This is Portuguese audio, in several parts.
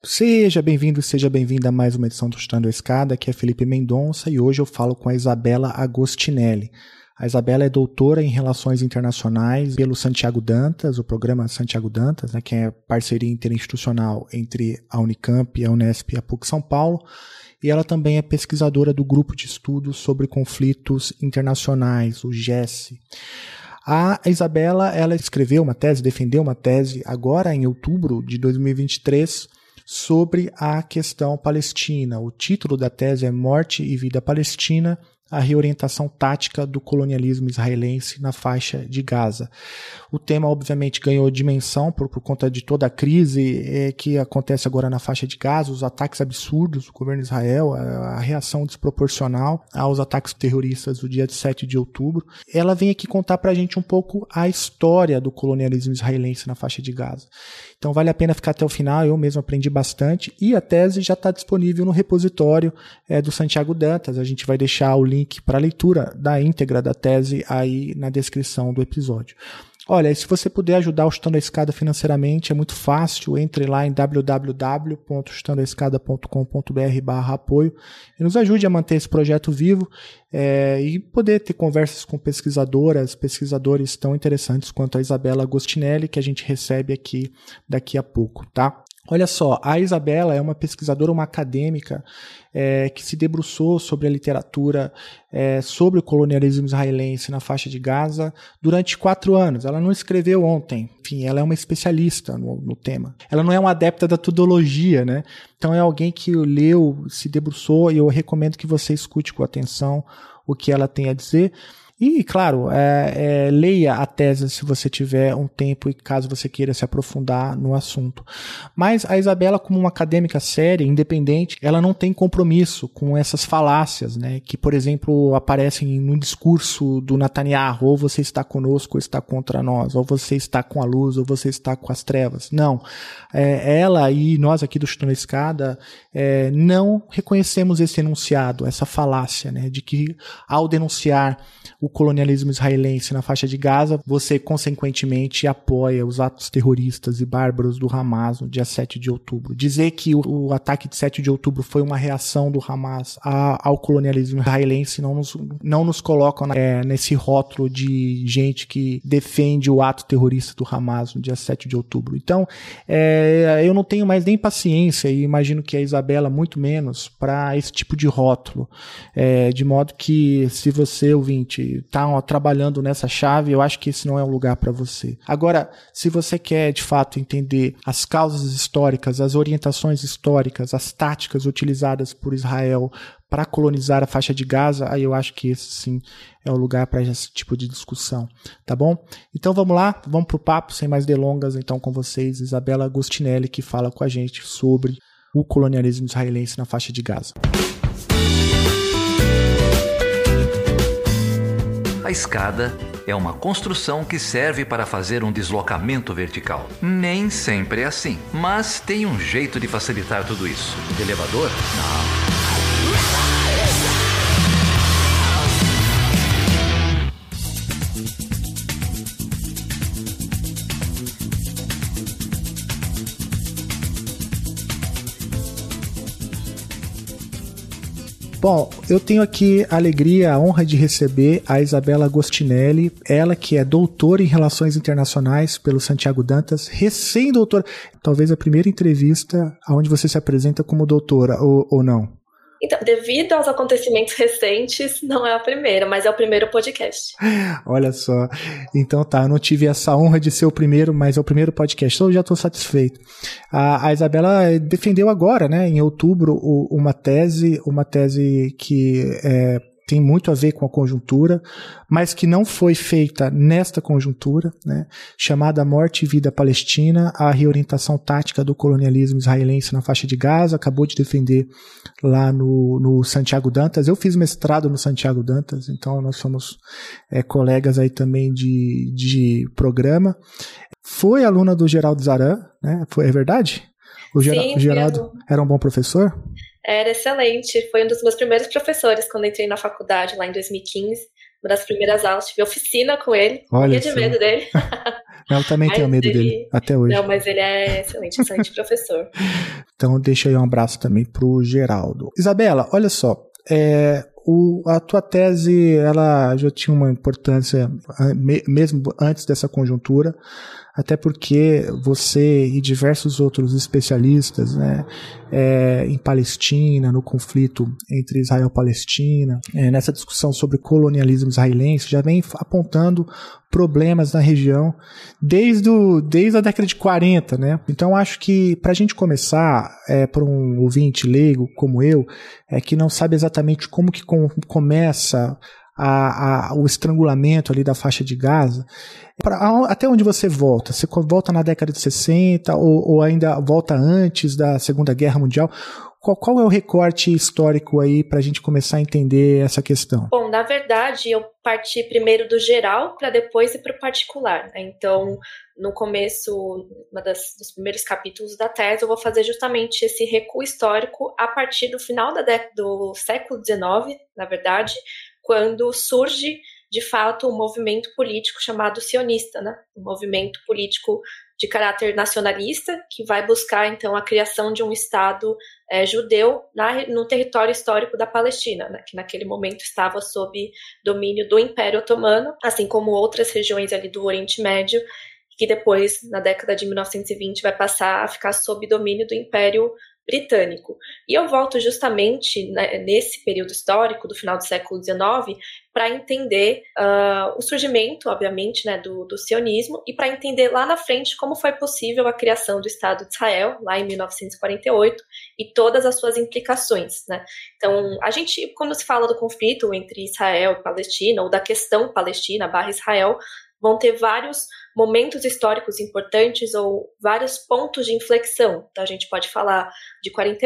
Seja bem-vindo, seja bem-vinda a mais uma edição do Chutando a Escada, aqui é Felipe Mendonça e hoje eu falo com a Isabela Agostinelli. A Isabela é doutora em Relações Internacionais pelo Santiago Dantas, o programa Santiago Dantas, que é parceria interinstitucional entre a Unicamp, a Unesp e a PUC São Paulo, e ela também é pesquisadora do Grupo de Estudos sobre Conflitos Internacionais, o GES. A Isabela, ela escreveu uma tese, defendeu uma tese agora em outubro de 2023 sobre a questão palestina. O título da tese é Morte e Vida Palestina, a reorientação tática do colonialismo israelense na faixa de Gaza. O tema, obviamente, ganhou dimensão por conta de toda a crise que acontece agora na faixa de Gaza, os ataques absurdos do governo de Israel, a reação desproporcional aos ataques terroristas do dia 7 de outubro. Ela vem aqui contar pra gente um pouco a história do colonialismo israelense na faixa de Gaza. Então vale a pena ficar até o final, eu mesmo aprendi bastante, e a tese já está disponível no repositório do Santiago Dantas. A gente vai deixar o link para a leitura da íntegra da tese aí na descrição do episódio. Olha, se você puder ajudar o Chutando a Escada financeiramente, é muito fácil, entre lá em www.chutandoaescada.com.br/apoio e nos ajude a manter esse projeto vivo e poder ter conversas com pesquisadores tão interessantes quanto a Isabela Agostinelli, que a gente recebe aqui daqui a pouco, tá? Olha só, a Isabela é uma pesquisadora, uma acadêmica que se debruçou sobre a literatura sobre o colonialismo israelense na faixa de Gaza durante 4 anos. Ela não escreveu ontem, enfim, ela é uma especialista no tema. Ela não é uma adepta da tudologia, né? Então é alguém que leu, se debruçou, e eu recomendo que você escute com atenção o que ela tem a dizer. E, claro, leia a tese se você tiver um tempo e caso você queira se aprofundar no assunto. Mas a Isabela, como uma acadêmica séria, independente, ela não tem compromisso com essas falácias, né, que, por exemplo, aparecem no discurso do Netanyahu, ou você está conosco ou está contra nós, ou você está com a luz ou você está com as trevas. Não. Ela e nós aqui do Chutando a Escada não reconhecemos esse enunciado, essa falácia, né, de que ao denunciar o colonialismo israelense na faixa de Gaza, você consequentemente apoia os atos terroristas e bárbaros do Hamas no dia 7 de outubro. Dizer que o ataque de 7 de outubro foi uma reação do Hamas ao colonialismo israelense não nos coloca nesse rótulo de gente que defende o ato terrorista do Hamas no dia 7 de outubro. Então, eu não tenho mais nem paciência, e imagino que a Isabela muito menos, para esse tipo de rótulo. De modo que, se você, ouvinte, está trabalhando nessa chave, eu acho que esse não é um lugar para você. Agora, se você quer de fato entender as causas históricas, as orientações históricas, as táticas utilizadas por Israel para colonizar a faixa de Gaza, aí eu acho que esse sim é o lugar para esse tipo de discussão, tá bom? Então vamos lá, vamos pro papo, sem mais delongas, então com vocês, Isabela Agostinelli, que fala com a gente sobre o colonialismo israelense na faixa de Gaza. A escada é uma construção que serve para fazer um deslocamento vertical. Nem sempre é assim, mas tem um jeito de facilitar tudo isso. Elevador? Não. Bom, eu tenho aqui a alegria, a honra de receber a Isabela Agostinelli, ela que é doutora em Relações Internacionais pelo Santiago Dantas, recém-doutora, talvez a primeira entrevista onde você se apresenta como doutora, ou não? Então, devido aos acontecimentos recentes, não é a primeira, mas é o primeiro podcast. Olha só. Então tá, eu não tive essa honra de ser o primeiro, mas é o primeiro podcast, então eu já estou satisfeito. A Isabela defendeu agora, né, em outubro, uma tese que tem muito a ver com a conjuntura, mas que não foi feita nesta conjuntura, né, chamada Morte e Vida Palestina, a reorientação tática do colonialismo israelense na faixa de Gaza. Acabou de defender lá no Santiago Dantas. Eu fiz mestrado no Santiago Dantas, então nós somos colegas aí também de programa. Foi aluna do Geraldo Zaran, né? É verdade? O Geraldo era um bom professor? Era excelente, foi um dos meus primeiros professores quando entrei na faculdade lá em 2015. uma das primeiras aulas, tive oficina com ele, Olha morria de medo dele. Eu também tenho medo dele, até hoje. Não, mas ele é excelente professor. Então deixa aí um abraço também pro Geraldo. Isabela, olha só, a tua tese, ela já tinha uma importância mesmo antes dessa conjuntura, até porque você e diversos outros especialistas, né, em Palestina, no conflito entre Israel e Palestina, nessa discussão sobre colonialismo israelense, já vem apontando problemas na região desde a década de 40, né? Então acho que para a gente começar, para um ouvinte leigo como eu, que não sabe exatamente como que começa o estrangulamento ali da faixa de Gaza, até onde você volta? Você volta na década de 60 ou ainda volta antes da Segunda Guerra Mundial? Qual é o recorte histórico aí para a gente começar a entender essa questão? Bom, na verdade, eu parti primeiro do geral para depois ir para o particular, né? Então, no começo, dos primeiros capítulos da tese, eu vou fazer justamente esse recuo histórico a partir do final do século XIX, na verdade, quando surge, de fato, um movimento político chamado sionista, né? Um movimento político de caráter nacionalista, que vai buscar, então, a criação de um Estado judeu no território histórico da Palestina, né? Que naquele momento estava sob domínio do Império Otomano, assim como outras regiões ali do Oriente Médio, que depois, na década de 1920, vai passar a ficar sob domínio do Império Britânico. E eu volto justamente nesse período histórico, do final do século XIX, para entender o surgimento, obviamente, né, do sionismo e para entender lá na frente como foi possível a criação do Estado de Israel, lá em 1948, e todas as suas implicações, né? Então, a gente, quando se fala do conflito entre Israel e Palestina, ou da questão Palestina/Israel, vão ter vários momentos históricos importantes ou vários pontos de inflexão. Então, a gente pode falar de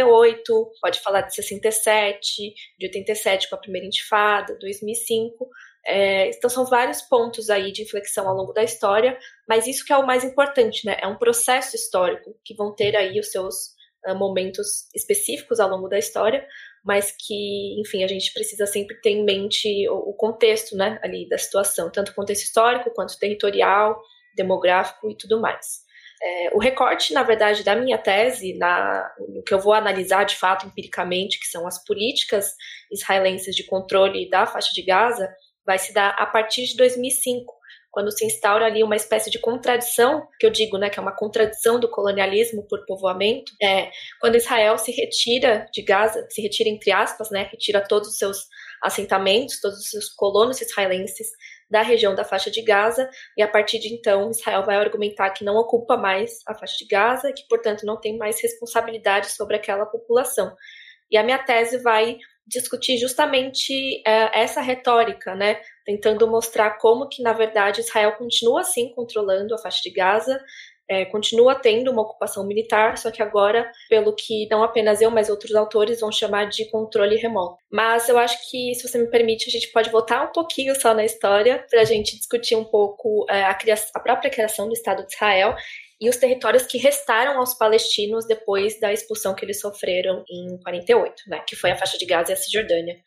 48, pode falar de 67, de 87 com a primeira intifada, 2005. Então, são vários pontos aí de inflexão ao longo da história, mas isso que é o mais importante, né? É um processo histórico que vão ter aí os seus momentos específicos ao longo da história, mas que, enfim, a gente precisa sempre ter em mente o contexto, né, ali da situação, tanto o contexto histórico quanto territorial, demográfico e tudo mais. O recorte, na verdade, da minha tese, o que eu vou analisar de fato empiricamente, que são as políticas israelenses de controle da faixa de Gaza, vai se dar a partir de 2005, quando se instaura ali uma espécie de contradição, que eu digo, né, que é uma contradição do colonialismo por povoamento, quando Israel se retira de Gaza, se retira entre aspas, né, retira todos os seus assentamentos, todos os seus colonos israelenses da região da faixa de Gaza, e a partir de então Israel vai argumentar que não ocupa mais a faixa de Gaza, que portanto não tem mais responsabilidade sobre aquela população. E a minha tese vai discutir justamente essa retórica, né, tentando mostrar como que, na verdade, Israel continua, sim, controlando a faixa de Gaza, continua tendo uma ocupação militar, só que agora, pelo que não apenas eu, mas outros autores vão chamar de controle remoto. Mas eu acho que, se você me permite, a gente pode voltar um pouquinho só na história para a gente discutir um pouco a própria criação do Estado de Israel e os territórios que restaram aos palestinos depois da expulsão que eles sofreram em 48, né, que foi a faixa de Gaza e a Cisjordânia.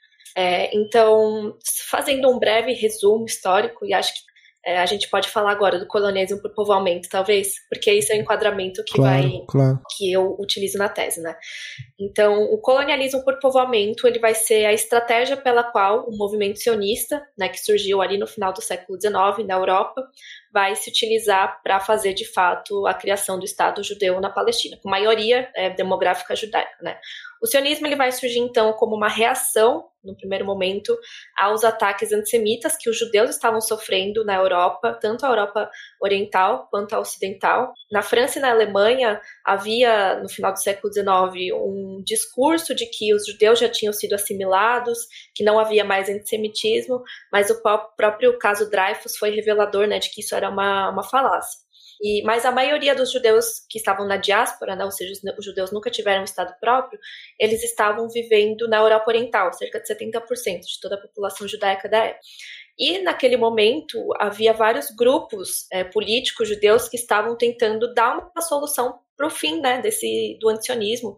Então, fazendo um breve resumo histórico, e acho que a gente pode falar agora do colonialismo por povoamento, talvez, porque esse é o enquadramento que que eu utilizo na tese, né? Então, o colonialismo por povoamento, ele vai ser a estratégia pela qual o movimento sionista, né, que surgiu ali no final do século XIX na Europa, vai se utilizar para fazer, de fato, a criação do Estado judeu na Palestina, com maioria demográfica judaica, né? O sionismo ele vai surgir, então, como uma reação, no primeiro momento, aos ataques antissemitas que os judeus estavam sofrendo na Europa, tanto a Europa oriental quanto a ocidental. Na França e na Alemanha, havia, no final do século XIX, um discurso de que os judeus já tinham sido assimilados, que não havia mais antissemitismo, mas o próprio caso Dreyfus foi revelador, né, de que isso era uma falácia. Mas a maioria dos judeus que estavam na diáspora, né, ou seja, os judeus nunca tiveram um estado próprio, eles estavam vivendo na Europa Oriental, cerca de 70% de toda a população judaica da época. E naquele momento havia vários grupos políticos judeus que estavam tentando dar uma solução para o fim, né, do antisemitismo,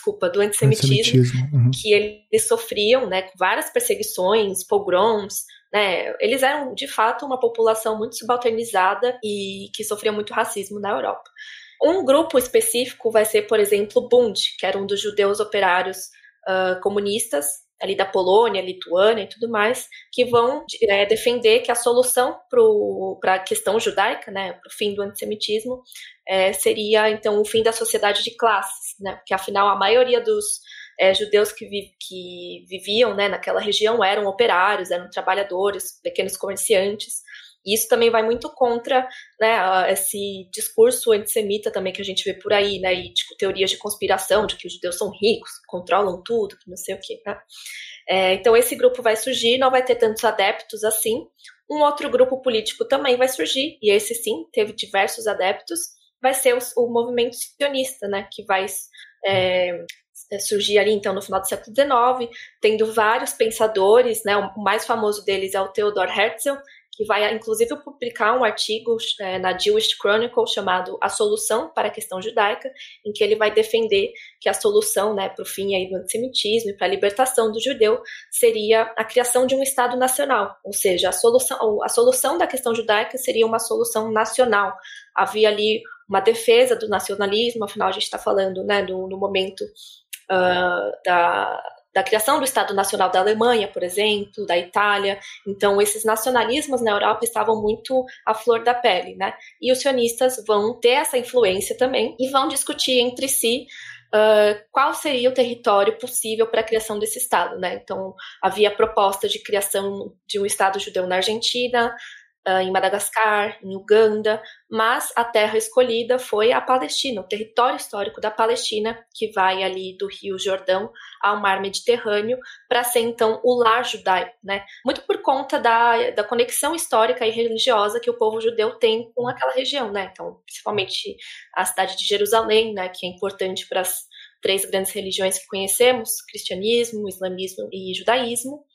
que eles sofriam, né, com várias perseguições, pogroms, né? Eles eram, de fato, uma população muito subalternizada e que sofria muito racismo na Europa. Um grupo específico vai ser, por exemplo, Bund, que era um dos judeus operários comunistas, ali da Polônia, Lituânia e tudo mais, que vão defender que a solução para a questão judaica, né, para o fim do antissemitismo, seria, então, o fim da sociedade de classes, né, porque, afinal, a maioria dos judeus que viviam, né, naquela região eram operários, eram trabalhadores, pequenos comerciantes. E isso também vai muito contra, né, esse discurso antissemita também que a gente vê por aí, né, e tipo, teorias de conspiração, de que os judeus são ricos, controlam tudo, que não sei o quê, né? Então esse grupo vai surgir, não vai ter tantos adeptos assim. Um outro grupo político também vai surgir, e esse sim, teve diversos adeptos, vai ser o movimento sionista, né, que vai surgir ali, então, no final do século XIX, tendo vários pensadores, né, o mais famoso deles é o Theodor Herzl, que vai, inclusive, publicar um artigo na Jewish Chronicle chamado A Solução para a Questão Judaica, em que ele vai defender que a solução, né, para o fim aí do antissemitismo e para a libertação do judeu seria a criação de um Estado nacional, ou seja, a solução da questão judaica seria uma solução nacional. Havia ali uma defesa do nacionalismo, afinal a gente está falando, né, no momento da criação do Estado Nacional da Alemanha, por exemplo, da Itália. Então, esses nacionalismos na Europa estavam muito à flor da pele, né? E os sionistas vão ter essa influência também e vão discutir entre si qual seria o território possível para a criação desse Estado, né? Então, havia a proposta de criação de um Estado judeu na Argentina, em Madagascar, em Uganda, mas a terra escolhida foi a Palestina, o território histórico da Palestina, que vai ali do Rio Jordão ao Mar Mediterrâneo, para ser então o lar judaico, né? Muito por conta da conexão histórica e religiosa que o povo judeu tem com aquela região, né? Então, principalmente a cidade de Jerusalém, né, que é importante para as 3 grandes religiões que conhecemos, cristianismo, islamismo e judaísmo.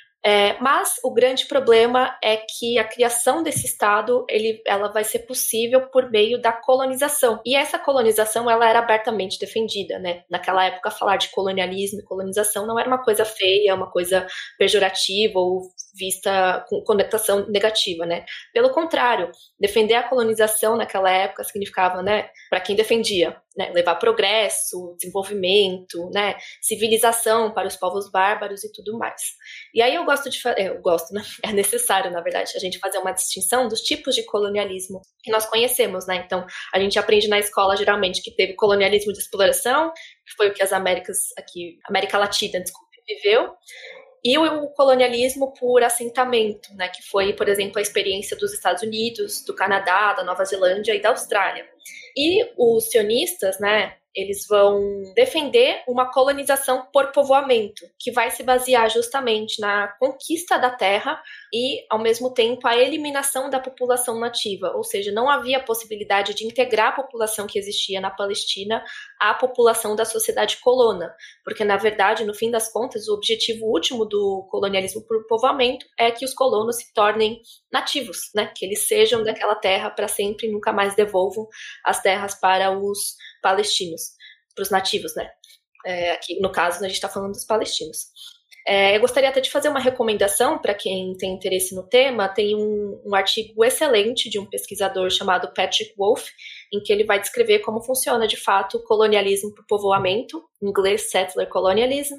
Mas o grande problema é que a criação desse Estado ela vai ser possível por meio da colonização. E essa colonização ela era abertamente defendida, né? Naquela época, falar de colonialismo e colonização não era uma coisa feia, uma coisa pejorativa ou vista com conotação negativa, né? Pelo contrário, defender a colonização naquela época significava, né, para quem defendia, né, levar progresso, desenvolvimento, né, civilização para os povos bárbaros e tudo mais. E aí eu gosto, né? É necessário, na verdade, a gente fazer uma distinção dos tipos de colonialismo que nós conhecemos, né? Então, a gente aprende na escola, geralmente, que teve colonialismo de exploração, que foi o que América Latina, viveu, e o colonialismo por assentamento, né, que foi, por exemplo, a experiência dos Estados Unidos, do Canadá, da Nova Zelândia e da Austrália. E os sionistas, né, eles vão defender uma colonização por povoamento, que vai se basear justamente na conquista da terra e, ao mesmo tempo, a eliminação da população nativa. Ou seja, não havia possibilidade de integrar a população que existia na Palestina à população da sociedade colona, porque, na verdade, no fim das contas, o objetivo último do colonialismo por povoamento é que os colonos se tornem nativos, né? Que eles sejam daquela terra para sempre e nunca mais devolvam as terras para os palestinos, para os nativos, né? Aqui, no caso, a gente está falando dos palestinos. Eu gostaria até de fazer uma recomendação para quem tem interesse no tema. Tem um artigo excelente de um pesquisador chamado Patrick Wolf, em que ele vai descrever como funciona, de fato, o colonialismo por povoamento, em inglês Settler Colonialism,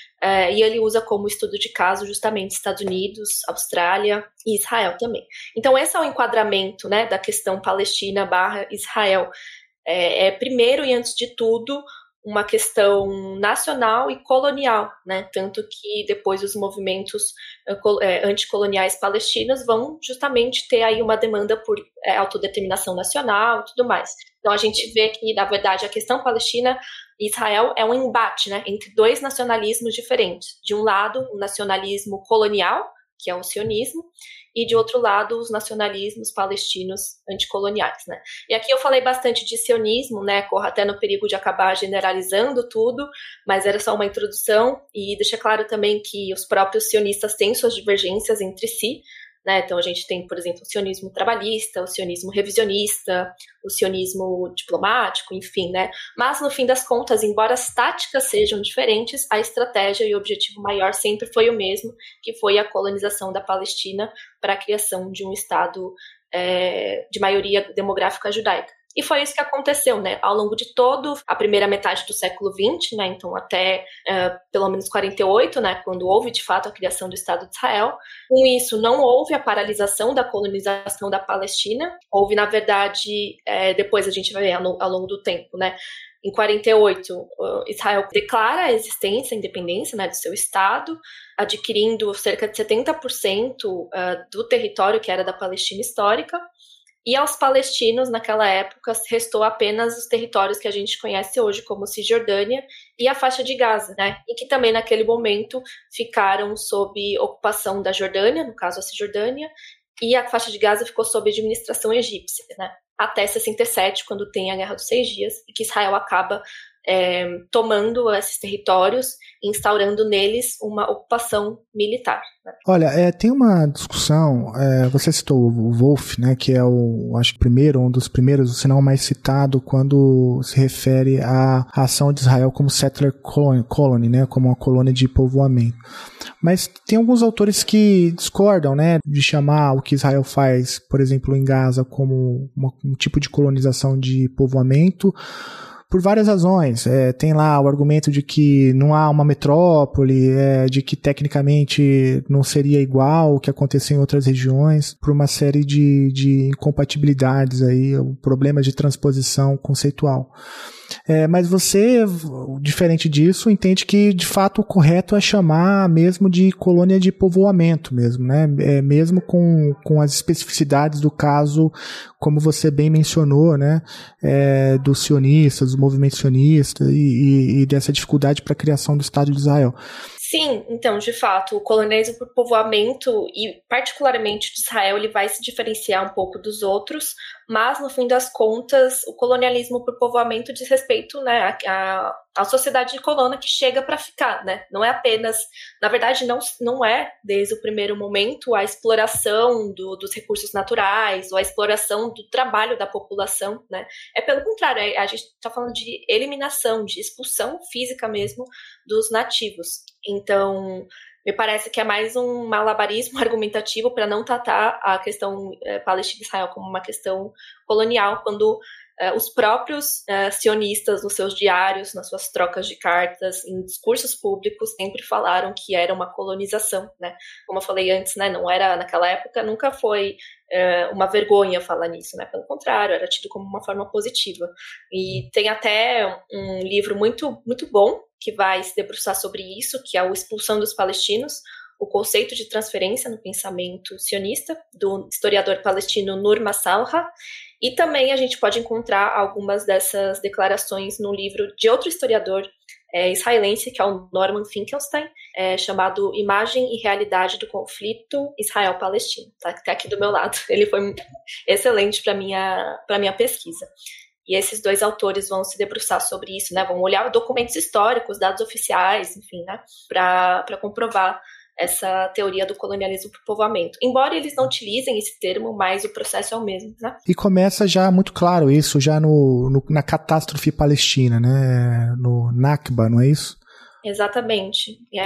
e ele usa como estudo de caso justamente Estados Unidos, Austrália e Israel também. Então, esse é o enquadramento, né, da questão Palestina/Israel. Primeiro e antes de tudo, uma questão nacional e colonial, né? Tanto que depois os movimentos anticoloniais palestinos vão justamente ter aí uma demanda por autodeterminação nacional e tudo mais. Então a gente vê que, na verdade, a questão Palestina e Israel é um embate, né, entre 2 nacionalismos diferentes. De um lado, o nacionalismo colonial, que é o sionismo, e de outro lado, os nacionalismos palestinos anticoloniais, né? E aqui eu falei bastante de sionismo, né? Corro até no perigo de acabar generalizando tudo, mas era só uma introdução, e deixa claro também que os próprios sionistas têm suas divergências entre si, né? Então a gente tem, por exemplo, o sionismo trabalhista, o sionismo revisionista, o sionismo diplomático, enfim, né? Mas no fim das contas, embora as táticas sejam diferentes, a estratégia e o objetivo maior sempre foi o mesmo, que foi a colonização da Palestina para a criação de um Estado de maioria demográfica judaica. E foi isso que aconteceu, né? Ao longo de toda a primeira metade do século XX, né? Então até pelo menos 48, né? Quando houve de fato a criação do Estado de Israel. Com isso, não houve a paralisação da colonização da Palestina. Houve, na verdade, depois a gente vai ver ao longo do tempo, né? Em 48, Israel declara a existência, a independência, né, do seu Estado, adquirindo cerca de 70% do território que era da Palestina histórica. E aos palestinos, naquela época, restou apenas os territórios que a gente conhece hoje como Cisjordânia e a faixa de Gaza, né? E que também, naquele momento, ficaram sob ocupação da Jordânia, no caso a Cisjordânia, e a faixa de Gaza ficou sob administração egípcia, né? Até 67, quando tem a Guerra dos 6 Dias, e que Israel acaba tomando esses territórios e instaurando neles uma ocupação militar. Né? Olha, tem uma discussão, você citou o Wolff, né, que é acho que um dos primeiros, se não o mais citado, quando se refere à ação de Israel como settler colony, né, como uma colônia de povoamento. Mas tem alguns autores que discordam, né, de chamar o que Israel faz, por exemplo, em Gaza, como um tipo de colonização de povoamento, por várias razões. Tem lá o argumento de que não há uma metrópole, de que tecnicamente não seria igual o que aconteceu em outras regiões, por uma série de incompatibilidades aí, problemas de transposição conceitual. Mas você, diferente disso, entende que de fato o correto é chamar mesmo de colônia de povoamento mesmo, né? Mesmo com as especificidades do caso, como você bem mencionou, né? Dos sionistas, do movimento sionista e dessa dificuldade para a criação do Estado de Israel. Sim, então, de fato, o colonialismo por povoamento, e particularmente de Israel, ele vai se diferenciar um pouco dos outros, mas, no fim das contas, o colonialismo por povoamento diz respeito, né, à sociedade de colônia que chega para ficar, né? Não é apenas, na verdade, não é, desde o primeiro momento, a exploração dos recursos naturais ou a exploração do trabalho da população, né? Pelo contrário, a gente está falando de eliminação, de expulsão física mesmo dos nativos. Então, me parece que é mais um malabarismo argumentativo para não tratar a questão Palestina e Israel como uma questão colonial, quando os próprios sionistas, nos seus diários, nas suas trocas de cartas, em discursos públicos, sempre falaram que era uma colonização, né? Como eu falei antes, né, não era, naquela época, nunca foi uma vergonha falar nisso, né? Pelo contrário, era tido como uma forma positiva. E tem até um livro muito, muito bom que vai se debruçar sobre isso, que é o Expulsão dos Palestinos, o conceito de transferência no pensamento sionista, do historiador palestino Nur Masalha. E também a gente pode encontrar algumas dessas declarações no livro de outro historiador israelense, que é o Norman Finkelstein, chamado Imagem e Realidade do Conflito Israel-Palestina. Tá aqui do meu lado. Ele foi excelente para minha pesquisa. E esses dois autores vão se debruçar sobre isso, né? Vão olhar documentos históricos, dados oficiais, enfim, né? Para comprovar essa teoria do colonialismo por povoamento. Embora eles não utilizem esse termo, mas o processo é o mesmo, né? E começa já muito claro isso, já na catástrofe palestina, né? No Nakba, não é isso? Exatamente. Em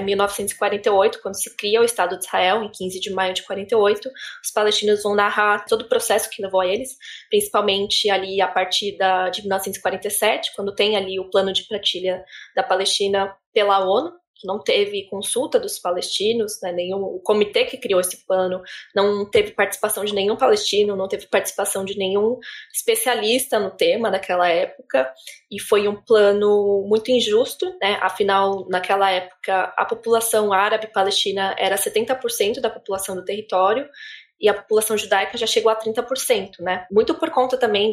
1948, quando se cria o Estado de Israel, em 15 de maio de 48, os palestinos vão narrar todo o processo que levou a eles, principalmente ali a partir de 1947, quando tem ali o plano de partilha da Palestina pela ONU, que não teve consulta dos palestinos, né, o comitê que criou esse plano não teve participação de nenhum palestino, não teve participação de nenhum especialista no tema naquela época, e foi um plano muito injusto, né? Afinal, naquela época, a população árabe palestina era 70% da população do território, e a população judaica já chegou a 30%, né? Muito por conta também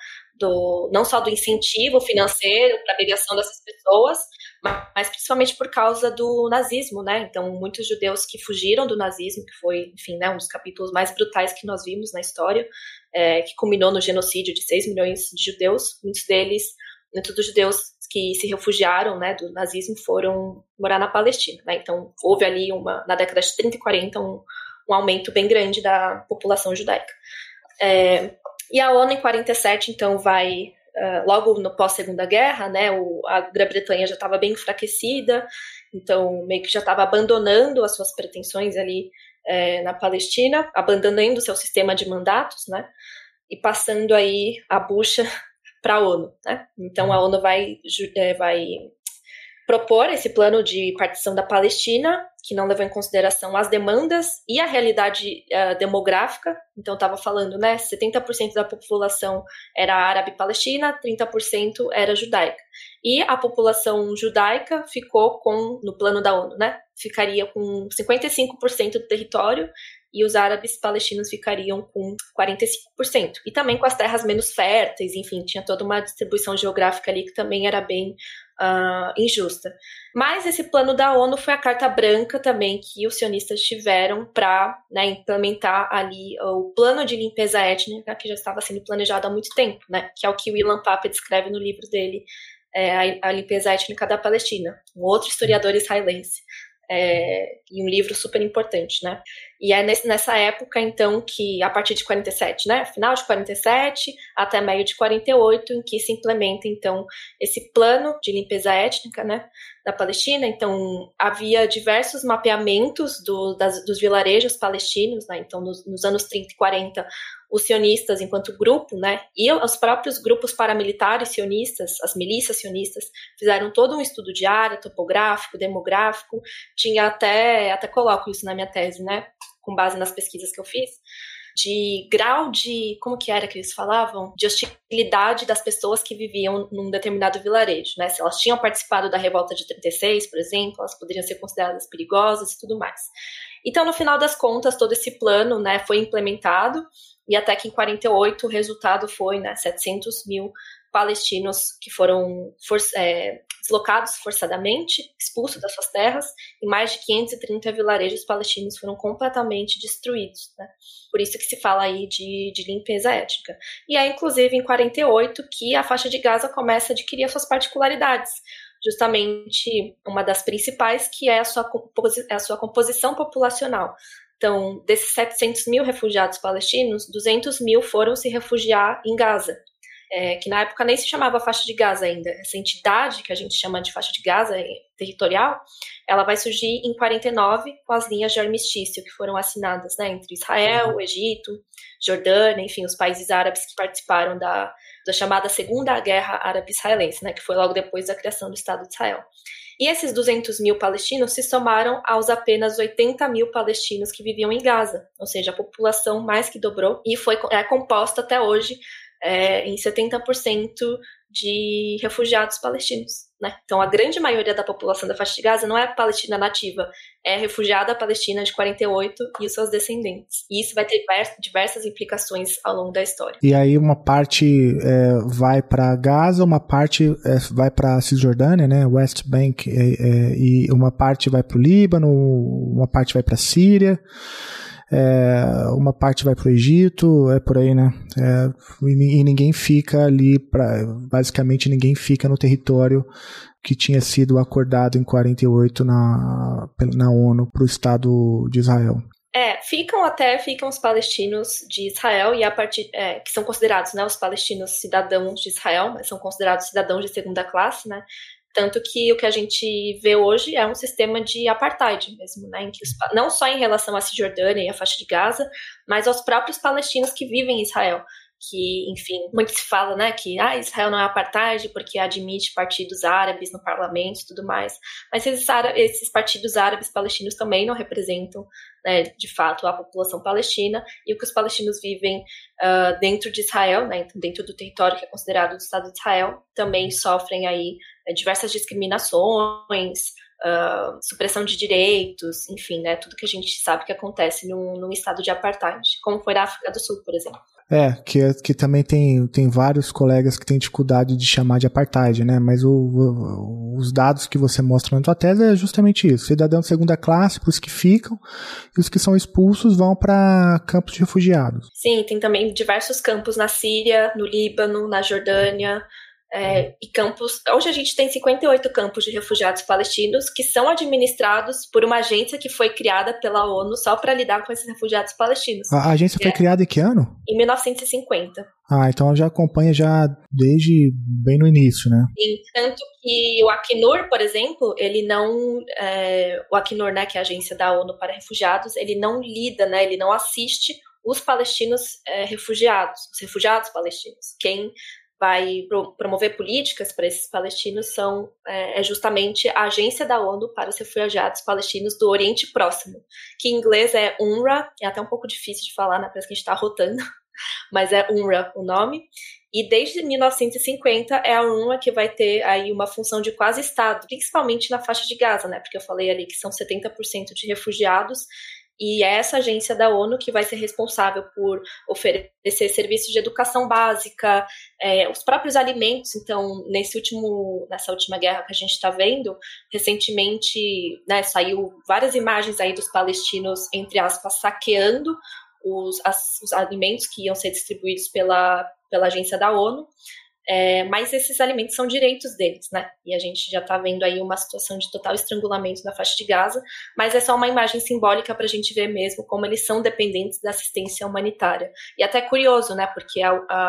não só do incentivo financeiro para a migração dessas pessoas, mas principalmente por causa do nazismo, né? Então, muitos judeus que fugiram do nazismo, que foi, enfim, né, um dos capítulos mais brutais que nós vimos na história, que culminou no genocídio de 6 milhões de judeus, muitos dos judeus que se refugiaram, né, do nazismo foram morar na Palestina, né? Então, houve ali na década de 30 e 40, um aumento bem grande da população judaica. E a ONU, em 47, então, vai... logo no pós-Segunda Guerra, né, a Grã-Bretanha já estava bem enfraquecida, então meio que já estava abandonando as suas pretensões ali na Palestina, abandonando o seu sistema de mandatos, né, e passando aí a bucha para a ONU, né. Então a ONU vai propor esse plano de partição da Palestina, que não levou em consideração as demandas e a realidade demográfica. Então, estava falando, né, 70% da população era árabe palestina, 30% era judaica. E a população judaica ficou no plano da ONU, né, ficaria com 55% do território, e os árabes palestinos ficariam com 45%. E também com as terras menos férteis, enfim, tinha toda uma distribuição geográfica ali que também era bem injusta. Mas esse plano da ONU foi a carta branca também que os sionistas tiveram para, né, implementar ali o plano de limpeza étnica que já estava sendo planejado há muito tempo, né, que é o que o Ilan Pappé descreve no livro dele, A Limpeza Étnica da Palestina, um outro historiador israelense. E um livro super importante, né? E é nessa época, então, que a partir de 47, né? Final de 47 até meio de 48, em que se implementa, então, esse plano de limpeza étnica, né, da Palestina. Então, havia diversos mapeamentos dos vilarejos palestinos, né? Então, nos anos 30 e 40, os sionistas, enquanto grupo, né, e os próprios grupos paramilitares sionistas, as milícias sionistas, fizeram todo um estudo de área, topográfico, demográfico. Tinha até coloco isso na minha tese, né, com base nas pesquisas que eu fiz, de grau de, como que era que eles falavam? De hostilidade das pessoas que viviam num determinado vilarejo, né? Se elas tinham participado da revolta de 36, por exemplo, elas poderiam ser consideradas perigosas e tudo mais. Então, no final das contas, todo esse plano, né, foi implementado, e até que em 48 o resultado foi, né, 700 mil palestinos que foram deslocados forçadamente, expulsos das suas terras, e mais de 530 vilarejos palestinos foram completamente destruídos, né? Por isso que se fala aí de limpeza étnica. E é, inclusive, em 48 que a faixa de Gaza começa a adquirir as suas particularidades. Justamente uma das principais, que é a sua composição populacional. Então, desses 700 mil refugiados palestinos, 200 mil foram se refugiar em Gaza, que na época nem se chamava faixa de Gaza ainda. Essa entidade que a gente chama de faixa de Gaza territorial, ela vai surgir em 49 com as linhas de armistício que foram assinadas, né, entre Israel, Egito, Jordânia, enfim, os países árabes que participaram da chamada Segunda Guerra Árabe-Israelense, né, que foi logo depois da criação do Estado de Israel. E esses 200 mil palestinos se somaram aos apenas 80 mil palestinos que viviam em Gaza, ou seja, a população mais que dobrou, e é composta até hoje em 70% de refugiados palestinos, né? Então, a grande maioria da população da faixa de Gaza não é palestina nativa, é refugiada palestina de 48 e os seus descendentes. E isso vai ter diversas implicações ao longo da história. E aí uma parte vai para Gaza, uma parte vai para Cisjordânia, né, West Bank, e uma parte vai para o Líbano, uma parte vai para a Síria, uma parte vai para o Egito, por aí, né? E ninguém fica ali, basicamente ninguém fica no território que tinha sido acordado em 48 na ONU para o Estado de Israel. Ficam os palestinos de Israel, e a partir que são considerados, né, os palestinos cidadãos de Israel, mas são considerados cidadãos de segunda classe, né? Tanto que o que a gente vê hoje é um sistema de apartheid mesmo, né? Em que não só em relação à Cisjordânia e à faixa de Gaza, mas aos próprios palestinos que vivem em Israel. Que, enfim, muito se fala, né, que Israel não é apartheid porque admite partidos árabes no parlamento e tudo mais. Mas esses partidos árabes palestinos também não representam, né, de fato, a população palestina, e o que os palestinos vivem dentro de Israel, né, dentro do território que é considerado do Estado de Israel, também sofrem aí diversas discriminações, supressão de direitos, enfim, né, tudo que a gente sabe que acontece num estado de apartheid, como foi na África do Sul, por exemplo. Que também tem vários colegas que têm dificuldade de chamar de apartheid, né? Mas os dados que você mostra na tua tese é justamente isso. Cidadão de segunda classe, para os que ficam, e os que são expulsos vão para campos de refugiados. Sim, tem também diversos campos na Síria, no Líbano, na Jordânia, e campos. Hoje a gente tem 58 campos de refugiados palestinos que são administrados por uma agência que foi criada pela ONU só para lidar com esses refugiados palestinos. A agência foi criada em que ano? Em 1950. Então ela já acompanha já desde bem no início, né? Sim, tanto que o Acnur, por exemplo, ele não... o Acnur, né, que é a agência da ONU para refugiados, ele não lida, né, ele não assiste os palestinos refugiados, os refugiados palestinos. Quem vai promover políticas para esses palestinos é justamente a agência da ONU para os refugiados palestinos do Oriente Próximo, que em inglês é UNRWA, é até um pouco difícil de falar, né, parece que a gente está rotando, mas é UNRWA o nome, e desde 1950 é a UNRWA que vai ter aí uma função de quase Estado, principalmente na faixa de Gaza, né, porque eu falei ali que são 70% de refugiados, e é essa agência da ONU que vai ser responsável por oferecer serviços de educação básica, os próprios alimentos. Então, nessa última guerra que a gente está vendo, recentemente, né, saiu várias imagens aí dos palestinos, entre aspas, saqueando os alimentos que iam ser distribuídos pela agência da ONU. Mas esses alimentos são direitos deles, né? E a gente já está vendo aí uma situação de total estrangulamento na faixa de Gaza, mas é só uma imagem simbólica para a gente ver mesmo como eles são dependentes da assistência humanitária. E até curioso, né? Porque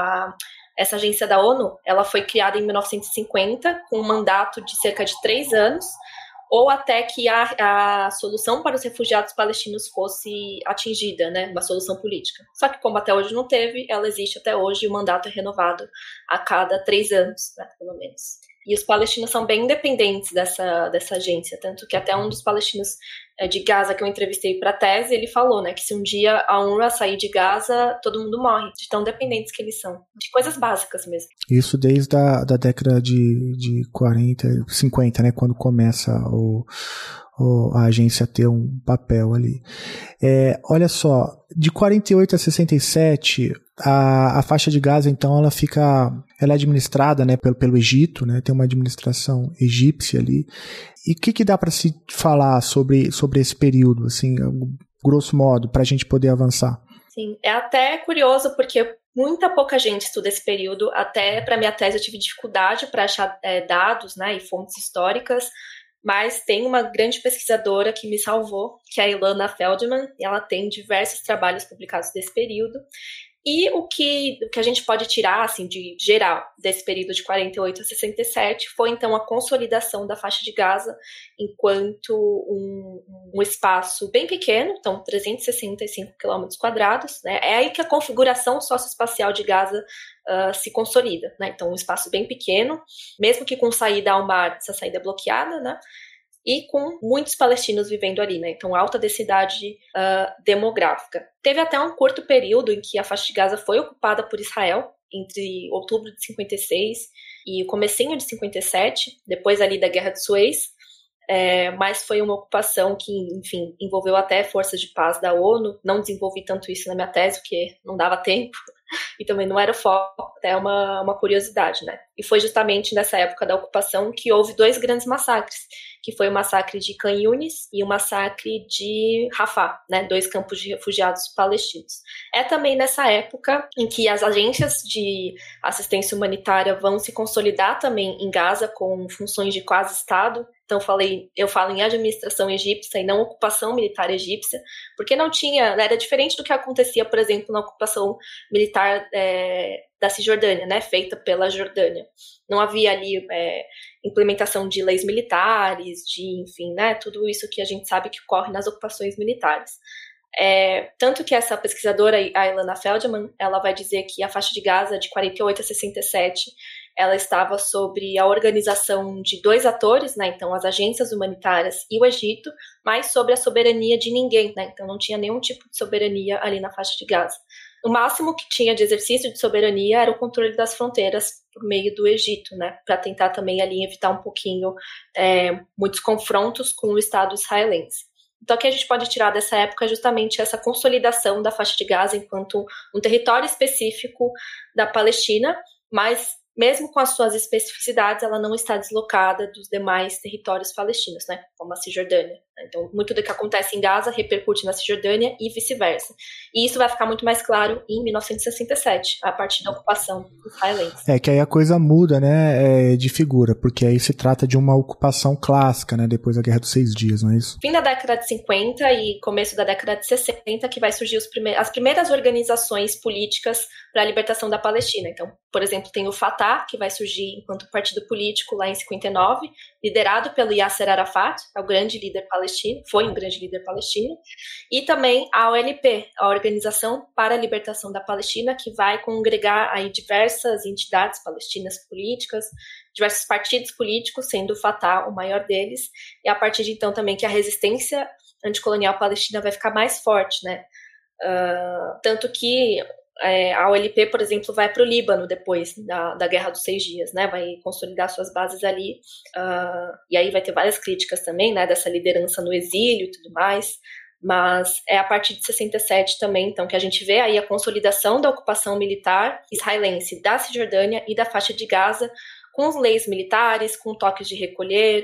essa agência da ONU, ela foi criada em 1950 com um mandato de cerca de 3 anos, ou até que a solução para os refugiados palestinos fosse atingida, né, uma solução política. Só que como até hoje não teve, ela existe até hoje e o mandato é renovado a cada 3 anos, né, pelo menos. E os palestinos são bem independentes dessa agência, tanto que até um dos palestinos de Gaza que eu entrevistei para a tese, ele falou, né, que se um dia a UNRWA sair de Gaza, todo mundo morre, de tão dependentes que eles são, de coisas básicas mesmo. Isso desde a década de 40, 50, né, quando começa a agência a ter um papel ali. Olha só, de 48 a 67, a faixa de Gaza, então, ela é administrada, né, pelo Egito, né, tem uma administração egípcia ali. E o que dá para se falar sobre esse período, assim, grosso modo, para a gente poder avançar? Sim, é até curioso, porque muita pouca gente estuda esse período. Até para minha tese eu tive dificuldade para achar dados, né, e fontes históricas, mas tem uma grande pesquisadora que me salvou, que é a Ilana Feldman, e ela tem diversos trabalhos publicados desse período. E o que a gente pode tirar, assim, de geral, desse período de 48 a 67, foi, então, a consolidação da faixa de Gaza enquanto um espaço bem pequeno, então, 365 km², né? É aí que a configuração socioespacial de Gaza se consolida, né? Então, um espaço bem pequeno, mesmo que com saída ao mar, essa saída é bloqueada, né? E com muitos palestinos vivendo ali, né? Então, alta densidade demográfica. Teve até um curto período em que a faixa de Gaza foi ocupada por Israel, entre outubro de 56 e o comecinho de 57, depois ali da Guerra de Suez, mas foi uma ocupação que, enfim, envolveu até forças de paz da ONU. Não desenvolvi tanto isso na minha tese, porque não dava tempo, e também não era o foco, até uma curiosidade, né? E foi justamente nessa época da ocupação que houve 2 grandes massacres, que foi o massacre de Khan Yunis e o massacre de Rafah, né, 2 campos de refugiados palestinos. É também nessa época em que as agências de assistência humanitária vão se consolidar também em Gaza com funções de quase Estado. Então eu falo em administração egípcia e não ocupação militar egípcia, porque não tinha, era diferente do que acontecia, por exemplo, na ocupação militar da Cisjordânia, né, feita pela Jordânia. Não havia ali implementação de leis militares, enfim, né, tudo isso que a gente sabe que ocorre nas ocupações militares. Tanto que essa pesquisadora, a Ilana Feldman, ela vai dizer que a faixa de Gaza, de 48 a 67, ela estava sobre a organização de 2 atores, né, então as agências humanitárias e o Egito, mas sobre a soberania de ninguém, né, então não tinha nenhum tipo de soberania ali na faixa de Gaza. O máximo que tinha de exercício de soberania era o controle das fronteiras por meio do Egito, né, para tentar também ali evitar um pouquinho muitos confrontos com o Estado israelense. Então, o que a gente pode tirar dessa época é justamente essa consolidação da faixa de Gaza enquanto um território específico da Palestina, mas mesmo com as suas especificidades, ela não está deslocada dos demais territórios palestinos, né, como a Cisjordânia. Então, muito do que acontece em Gaza repercute na Cisjordânia e vice-versa. E isso vai ficar muito mais claro em 1967, a partir da ocupação israelense. Que aí a coisa muda, né, de figura, porque aí se trata de uma ocupação clássica, né, depois da Guerra dos 6 Dias, não é isso? Fim da década de 50 e começo da década de 60, que vai surgir as primeiras organizações políticas para a libertação da Palestina. Então, por exemplo, tem o Fatah, que vai surgir enquanto partido político lá em 59, liderado pelo Yasser Arafat, é o grande líder palestino, foi um grande líder palestino, e também a OLP, a Organização para a Libertação da Palestina, que vai congregar aí diversas entidades palestinas políticas, diversos partidos políticos, sendo o Fatah o maior deles, e a partir de então também que a resistência anticolonial palestina vai ficar mais forte, né? Tanto que a OLP, por exemplo, vai para o Líbano depois da Guerra dos 6 Dias, né? Vai consolidar suas bases ali, e aí vai ter várias críticas também, né? Dessa liderança no exílio e tudo mais, mas é a partir de 67 também, então, que a gente vê aí a consolidação da ocupação militar israelense da Cisjordânia e da faixa de Gaza, com leis militares, com toques de recolher,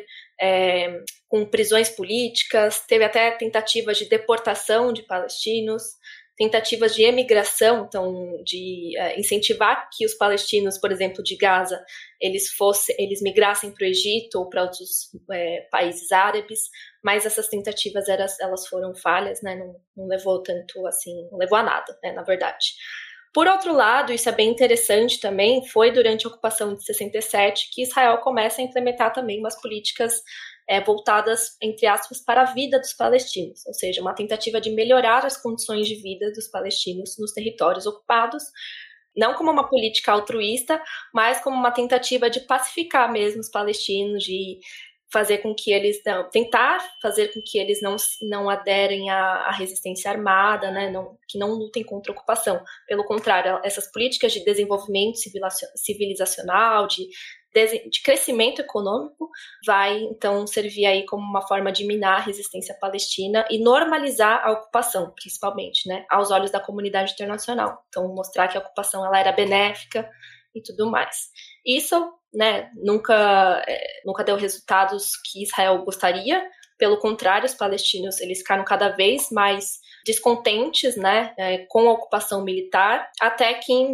com prisões políticas, teve até tentativas de deportação de palestinos, tentativas de emigração, então de incentivar que os palestinos, por exemplo, de Gaza, eles migrassem para o Egito ou para outros países árabes, mas essas tentativas elas foram falhas, né? Não levou tanto assim, não levou a nada, né, na verdade. Por outro lado, isso é bem interessante também, foi durante a ocupação de 67 que Israel começa a implementar também umas políticas voltadas, entre aspas, para a vida dos palestinos, ou seja, uma tentativa de melhorar as condições de vida dos palestinos nos territórios ocupados, não como uma política altruísta, mas como uma tentativa de pacificar mesmo os palestinos, de fazer com que eles tentar fazer com que eles não aderem à resistência armada, né, que não lutem contra a ocupação. Pelo contrário, essas políticas de desenvolvimento civilizacional, de crescimento econômico, vai então servir aí como uma forma de minar a resistência palestina e normalizar a ocupação, principalmente, né, aos olhos da comunidade internacional. Então, mostrar que a ocupação ela era benéfica e tudo mais. Isso, né, nunca deu resultados que Israel gostaria. Pelo contrário, os palestinos eles ficaram cada vez mais descontentes, né, com a ocupação militar, até que em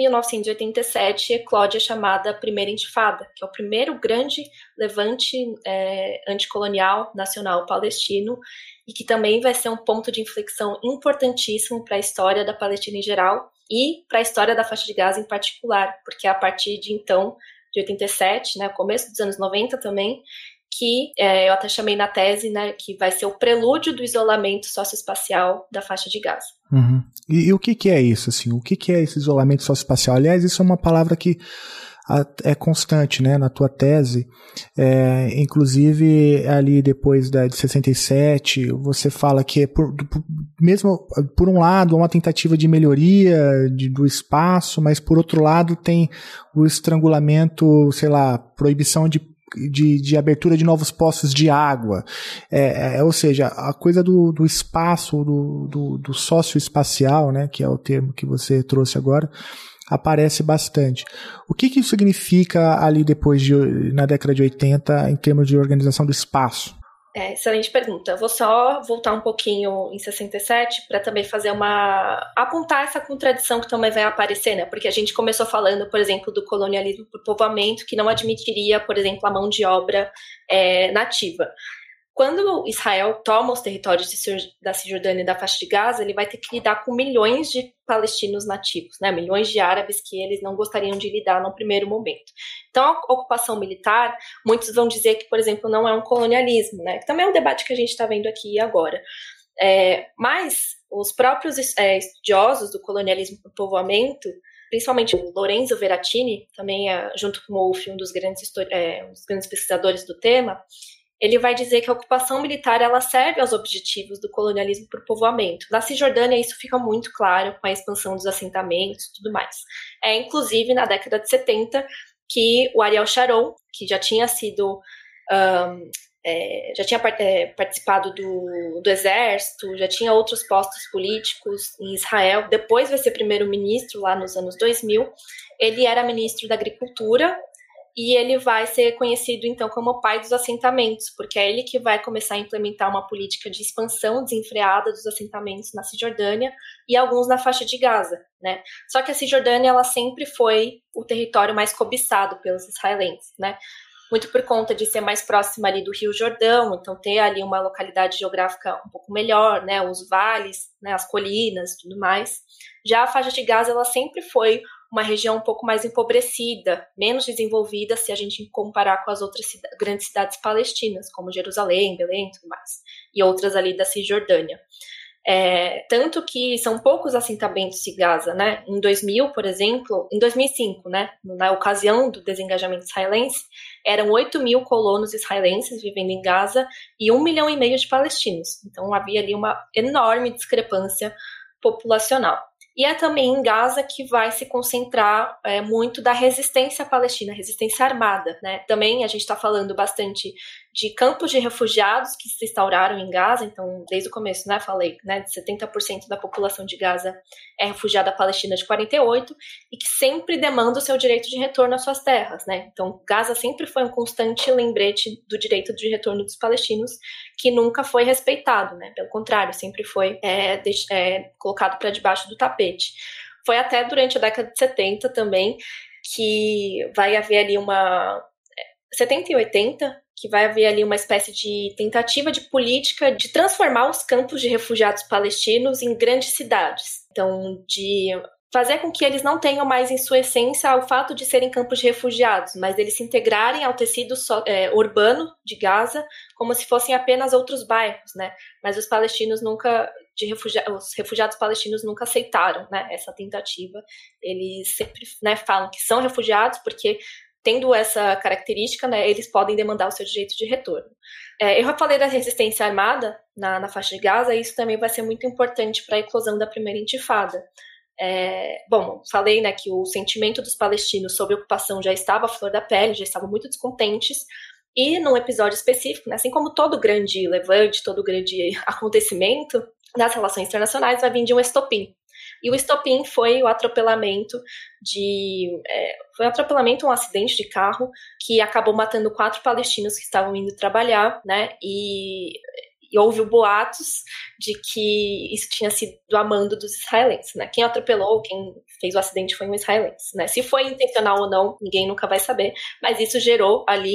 1987 eclode a chamada Primeira Intifada, que é o primeiro grande levante anticolonial nacional palestino e que também vai ser um ponto de inflexão importantíssimo para a história da Palestina em geral e para a história da faixa de Gaza em particular, porque a partir de então, de 87, né, começo dos anos 90 também, que eu até chamei na tese, né, que vai ser o prelúdio do isolamento socioespacial da faixa de Gaza. Uhum. E o que é isso? Assim? O que é esse isolamento socioespacial? Aliás, isso é uma palavra que é constante, né, na tua tese, inclusive ali depois de 67, você fala que mesmo por um lado uma tentativa de melhoria do espaço, mas por outro lado tem o estrangulamento, sei lá, proibição de abertura de novos poços de água, ou seja, a coisa do espaço, do socioespacial, né, que é o termo que você trouxe agora, aparece bastante. O que isso significa ali depois na década de 80 em termos de organização do espaço? Excelente pergunta. Eu vou só voltar um pouquinho em 67 para também apontar essa contradição que também vai aparecer, né? Porque a gente começou falando, por exemplo, do colonialismo por povoamento, que não admitiria, por exemplo, a mão de obra nativa. Quando Israel toma os territórios da Cisjordânia e da faixa de Gaza, ele vai ter que lidar com milhões de palestinos nativos, né? Milhões de árabes que eles não gostariam de lidar no primeiro momento. Então, a ocupação militar, muitos vão dizer que, por exemplo, não é um colonialismo, né? Que também é um debate que a gente está vendo aqui agora. Mas os próprios estudiosos do colonialismo por povoamento, principalmente o Lorenzo Veracini, também junto com o Wolff, um dos grandes pesquisadores do tema, ele vai dizer que a ocupação militar ela serve aos objetivos do colonialismo por povoamento. Na Cisjordânia isso fica muito claro com a expansão dos assentamentos e tudo mais. Inclusive, na década de 70, que o Ariel Sharon, que já tinha sido... já tinha participado do exército, já tinha outros postos políticos em Israel, depois vai ser primeiro-ministro lá nos anos 2000, ele era ministro da Agricultura e ele vai ser conhecido, então, como o pai dos assentamentos, porque é ele que vai começar a implementar uma política de expansão desenfreada dos assentamentos na Cisjordânia e alguns na faixa de Gaza, né? Só que a Cisjordânia, ela sempre foi o território mais cobiçado pelos israelenses, né? Muito por conta de ser mais próxima ali do Rio Jordão, então ter ali uma localidade geográfica um pouco melhor, né, os vales, né, as colinas, tudo mais. Já a faixa de Gaza, ela sempre foi uma região um pouco mais empobrecida, menos desenvolvida se a gente comparar com as outras grandes cidades palestinas, como Jerusalém, Belém e tudo mais, e outras ali da Cisjordânia. Tanto que são poucos assentamentos de Gaza, né? Em 2000, por exemplo, em 2005, né? Na ocasião do desengajamento israelense, eram 8.000 colonos israelenses vivendo em Gaza e 1,5 milhão de palestinos. Então havia ali uma enorme discrepância populacional. E é também em Gaza que vai se concentrar muito da resistência palestina, resistência armada, né? Também a gente está falando bastante de campos de refugiados que se instauraram em Gaza, então desde o começo, né, falei, né, 70% da população de Gaza é refugiada palestina de 48 e que sempre demanda o seu direito de retorno às suas terras, né? Então Gaza sempre foi um constante lembrete do direito de retorno dos palestinos que nunca foi respeitado, né? Pelo contrário, sempre foi colocado para debaixo do tapete. Foi até durante a década de 70 também que vai haver ali 70 e 80, que vai haver ali uma espécie de tentativa de política de transformar os campos de refugiados palestinos em grandes cidades. Então, de fazer com que eles não tenham mais em sua essência o fato de serem campos de refugiados, mas eles se integrarem ao tecido urbano de Gaza como se fossem apenas outros bairros, né? Mas os palestinos os refugiados palestinos nunca aceitaram, né, essa tentativa. Eles sempre, né, falam que são refugiados porque, tendo essa característica, né, eles podem demandar o seu direito de retorno. Eu já falei da resistência armada na faixa de Gaza, e isso também vai ser muito importante para a eclosão da primeira intifada. Falei, né, que o sentimento dos palestinos sobre a ocupação já estava à flor da pele, já estavam muito descontentes, e num episódio específico, né, assim como todo grande levante, todo grande acontecimento nas relações internacionais, vai vir de um estopim. E o estopim foi o atropelamento um acidente de carro que acabou matando 4 palestinos que estavam indo trabalhar, né? E houve boatos de que isso tinha sido a mando dos israelenses, né? Quem atropelou, quem fez o acidente foi um israelense, né? Se foi intencional ou não, ninguém nunca vai saber, mas isso gerou ali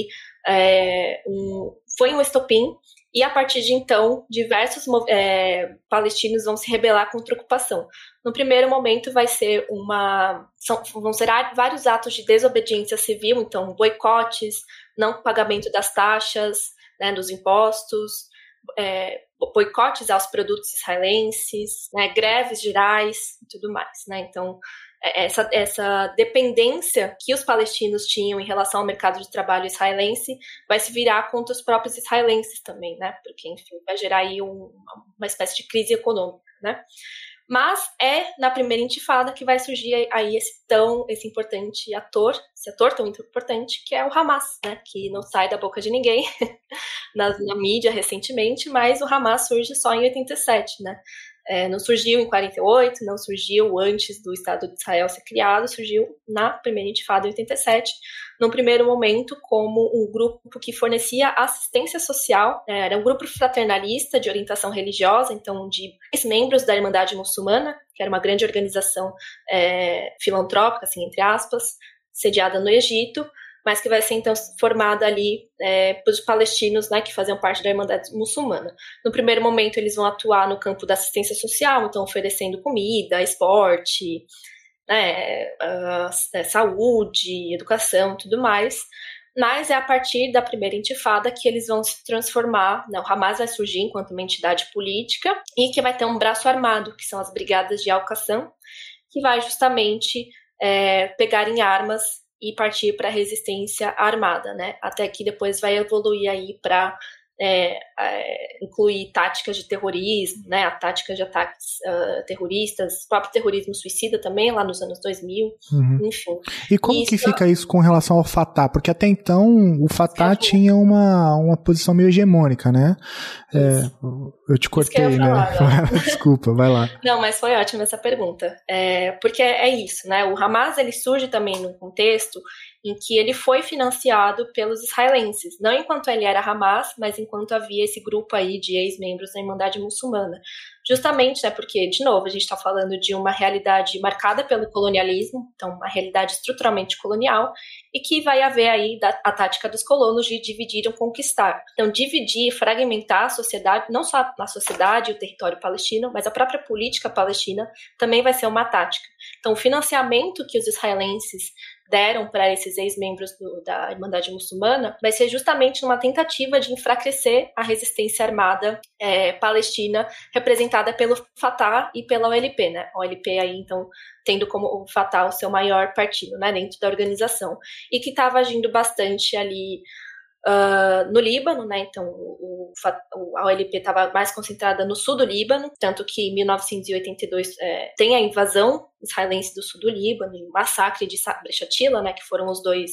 foi um estopim. E a partir de então, diversos palestinos vão se rebelar contra a ocupação. No primeiro momento vão ser vários atos de desobediência civil, então boicotes, não pagamento das taxas, né, dos impostos, boicotes aos produtos israelenses, né, greves gerais e tudo mais, né? Então, essa dependência que os palestinos tinham em relação ao mercado de trabalho israelense vai se virar contra os próprios israelenses também, né? Porque, enfim, vai gerar aí uma espécie de crise econômica, né? Mas na primeira intifada que vai surgir aí esse importante esse ator tão importante, que é o Hamas, né? Que não sai da boca de ninguém na mídia recentemente, mas o Hamas surge só em 87, né? Não surgiu em 48, não surgiu antes do Estado de Israel ser criado, surgiu na primeira intifada em 87, num primeiro momento como um grupo que fornecia assistência social, era um grupo fraternalista de orientação religiosa, então de membros da Irmandade Muçulmana, que era uma grande organização filantrópica, assim, entre aspas, sediada no Egito, mas que vai ser então formada ali pelos palestinos, né, que faziam parte da Irmandade Muçulmana. No primeiro momento eles vão atuar no campo da assistência social, então oferecendo comida, esporte, né, saúde, educação, tudo mais. Mas é a partir da primeira intifada que eles vão se transformar, né, o Hamas vai surgir enquanto uma entidade política e que vai ter um braço armado, que são as Brigadas de Al-Qassam, que vai justamente pegar em armas e partir para a resistência armada, né? Até que depois vai evoluir aí para incluir táticas de terrorismo, né? Táticas de ataques terroristas, próprio terrorismo suicida também, lá nos anos 2000, enfim. E como que fica isso com relação ao Fatah? Porque até então o Fatah tinha uma posição meio hegemônica, né? Eu te cortei, né? Desculpa, vai lá. Não, mas foi ótima essa pergunta. Porque é isso, né? O Hamas, ele surge também num contexto em que ele foi financiado pelos israelenses, não enquanto ele era Hamas, mas enquanto havia esse grupo aí de ex-membros da Irmandade Muçulmana. Justamente, né, porque, de novo, a gente está falando de uma realidade marcada pelo colonialismo, então uma realidade estruturalmente colonial, e que vai haver aí a tática dos colonos de dividir e conquistar. Então, dividir, fragmentar a sociedade, não só a sociedade e o território palestino, mas a própria política palestina também vai ser uma tática. Então, o financiamento que os israelenses deram para esses ex-membros da Irmandade Muçulmana vai ser justamente uma tentativa de enfraquecer a resistência armada palestina, representada pelo Fatah e pela OLP, né? A OLP aí, então, tendo como o Fatah o seu maior partido, né, dentro da organização, e que estava agindo bastante ali no Líbano, né? Então a OLP estava mais concentrada no sul do Líbano, tanto que em 1982 tem a invasão israelense do sul do Líbano, o massacre de Sabra e Shatila, né? Que foram os dois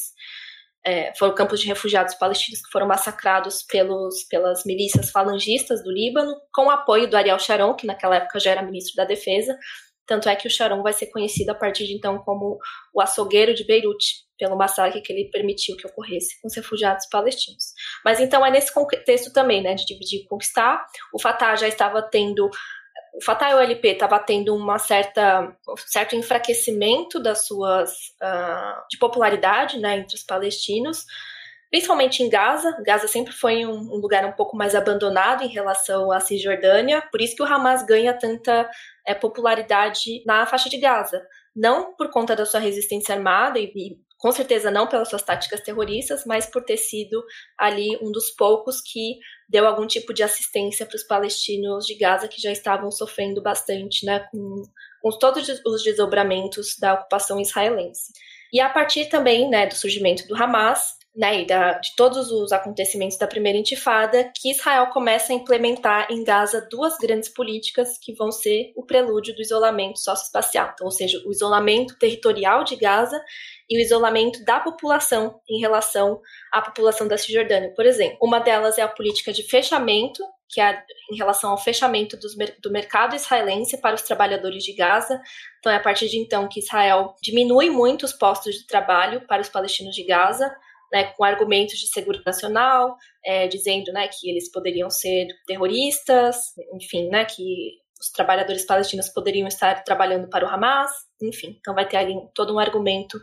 foram campos de refugiados palestinos que foram massacrados pelas milícias falangistas do Líbano, com o apoio do Ariel Sharon, que naquela época já era ministro da Defesa. Tanto é que o Sharon vai ser conhecido a partir de então como o açougueiro de Beirute, pelo massacre que ele permitiu que ocorresse com os refugiados palestinos. Mas então é nesse contexto também, né, de dividir e conquistar. O Fatah já estava tendo... O Fatah e o OLP estava tendo um certo enfraquecimento das suas... de popularidade, né, entre os palestinos, principalmente em Gaza. Gaza sempre foi um lugar um pouco mais abandonado em relação à Cisjordânia, por isso que o Hamas ganha tanta popularidade na faixa de Gaza. Não por conta da sua resistência armada e com certeza não pelas suas táticas terroristas, mas por ter sido ali um dos poucos que deu algum tipo de assistência para os palestinos de Gaza que já estavam sofrendo bastante, né, com todos os desdobramentos da ocupação israelense. E a partir também, né, do surgimento do Hamas, né, e de todos os acontecimentos da primeira intifada, que Israel começa a implementar em Gaza duas grandes políticas que vão ser o prelúdio do isolamento socioespacial, então, ou seja, o isolamento territorial de Gaza e o isolamento da população em relação à população da Cisjordânia, por exemplo. Uma delas é a política de fechamento, que é em relação ao fechamento do mercado israelense para os trabalhadores de Gaza. Então, é a partir de então que Israel diminui muito os postos de trabalho para os palestinos de Gaza, né, com argumentos de segurança nacional, dizendo, né, que eles poderiam ser terroristas, enfim, né, que os trabalhadores palestinos poderiam estar trabalhando para o Hamas, enfim. Então vai ter ali todo um argumento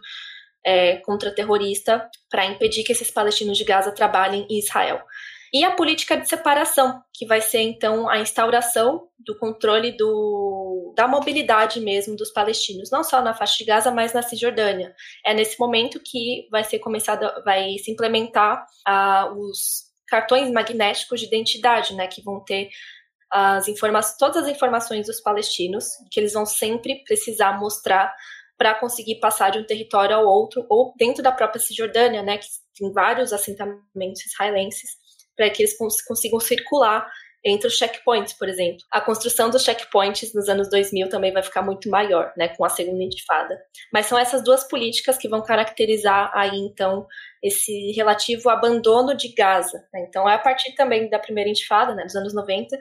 contra-terrorista para impedir que esses palestinos de Gaza trabalhem em Israel. E a política de separação, que vai ser, então, a instauração do controle da mobilidade mesmo dos palestinos, não só na faixa de Gaza, mas na Cisjordânia. É nesse momento que vai se implementar os cartões magnéticos de identidade, né, que vão ter todas as informações dos palestinos, que eles vão sempre precisar mostrar para conseguir passar de um território ao outro, ou dentro da própria Cisjordânia, né, que tem vários assentamentos israelenses, para que eles consigam circular entre os checkpoints, por exemplo. A construção dos checkpoints nos anos 2000 também vai ficar muito maior, né, com a segunda intifada. Mas são essas duas políticas que vão caracterizar aí, então, esse relativo abandono de Gaza, né? Então, é a partir também da primeira intifada, né, dos anos 90,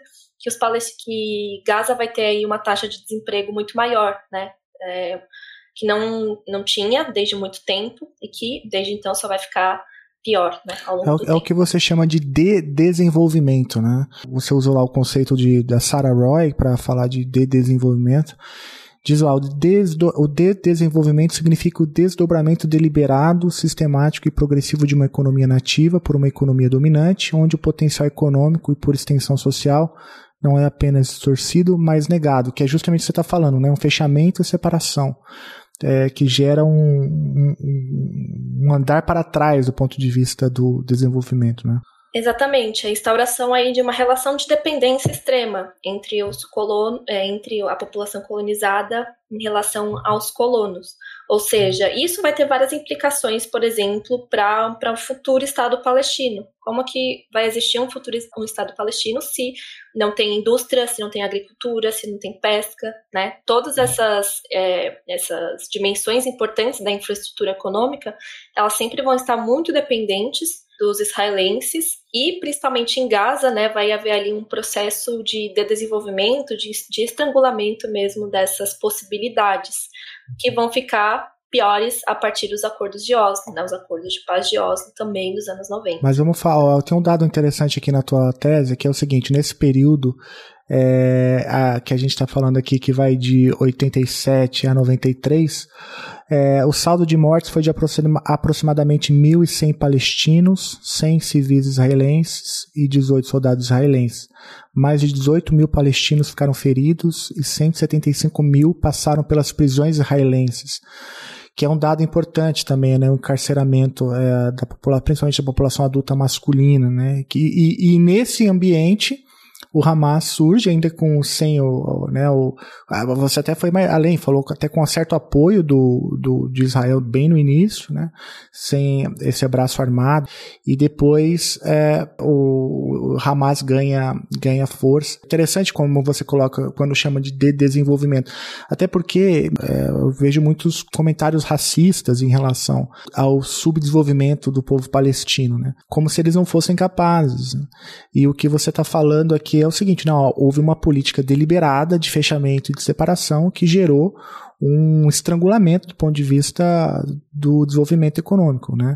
que Gaza vai ter aí uma taxa de desemprego muito maior, né, que não tinha desde muito tempo e que, desde então, só vai ficar pior, né, ao longo do tempo. É o que você chama de desenvolvimento, né? Você usou lá o conceito da Sarah Roy para falar de desenvolvimento. Diz lá, o desenvolvimento significa o desdobramento deliberado, sistemático e progressivo de uma economia nativa por uma economia dominante, onde o potencial econômico e, por extensão social, não é apenas distorcido, mas negado, que é justamente o que você está falando, né? Um fechamento e separação. Que gera um andar para trás do ponto de vista do desenvolvimento, né? Exatamente, a instauração aí de uma relação de dependência extrema entre entre a população colonizada em relação aos colonos. Ou seja, isso vai ter várias implicações, por exemplo, para o futuro Estado palestino. Como que vai existir um Estado palestino se não tem indústria, se não tem agricultura, se não tem pesca, né? Todas essas dimensões importantes da infraestrutura econômica, elas sempre vão estar muito dependentes dos israelenses e, principalmente em Gaza, né, vai haver ali um processo de desenvolvimento, de estrangulamento mesmo dessas possibilidades, que vão ficar piores a partir dos acordos de Oslo, né, os acordos de paz de Oslo também dos anos 90. Mas vamos falar, tem um dado interessante aqui na tua tese, que é o seguinte, nesse período que a gente está falando aqui, que vai de 87 a 93, o saldo de mortes foi de aproximadamente 1.100 palestinos, 100 civis israelenses e 18 soldados israelenses. Mais de 18 mil palestinos ficaram feridos e 175 mil passaram pelas prisões israelenses, que é um dado importante também, né, o encarceramento da população, principalmente da população adulta masculina, né, e nesse ambiente o Hamas surge ainda você até foi mais além, falou até com um certo apoio de Israel bem no início, né, sem esse abraço armado, e depois o Hamas ganha força. Interessante como você coloca quando chama de desenvolvimento, até porque eu vejo muitos comentários racistas em relação ao subdesenvolvimento do povo palestino, né, como se eles não fossem capazes, né? E o que você está falando aqui é o seguinte, houve uma política deliberada de fechamento e de separação que gerou um estrangulamento do ponto de vista do desenvolvimento econômico, né?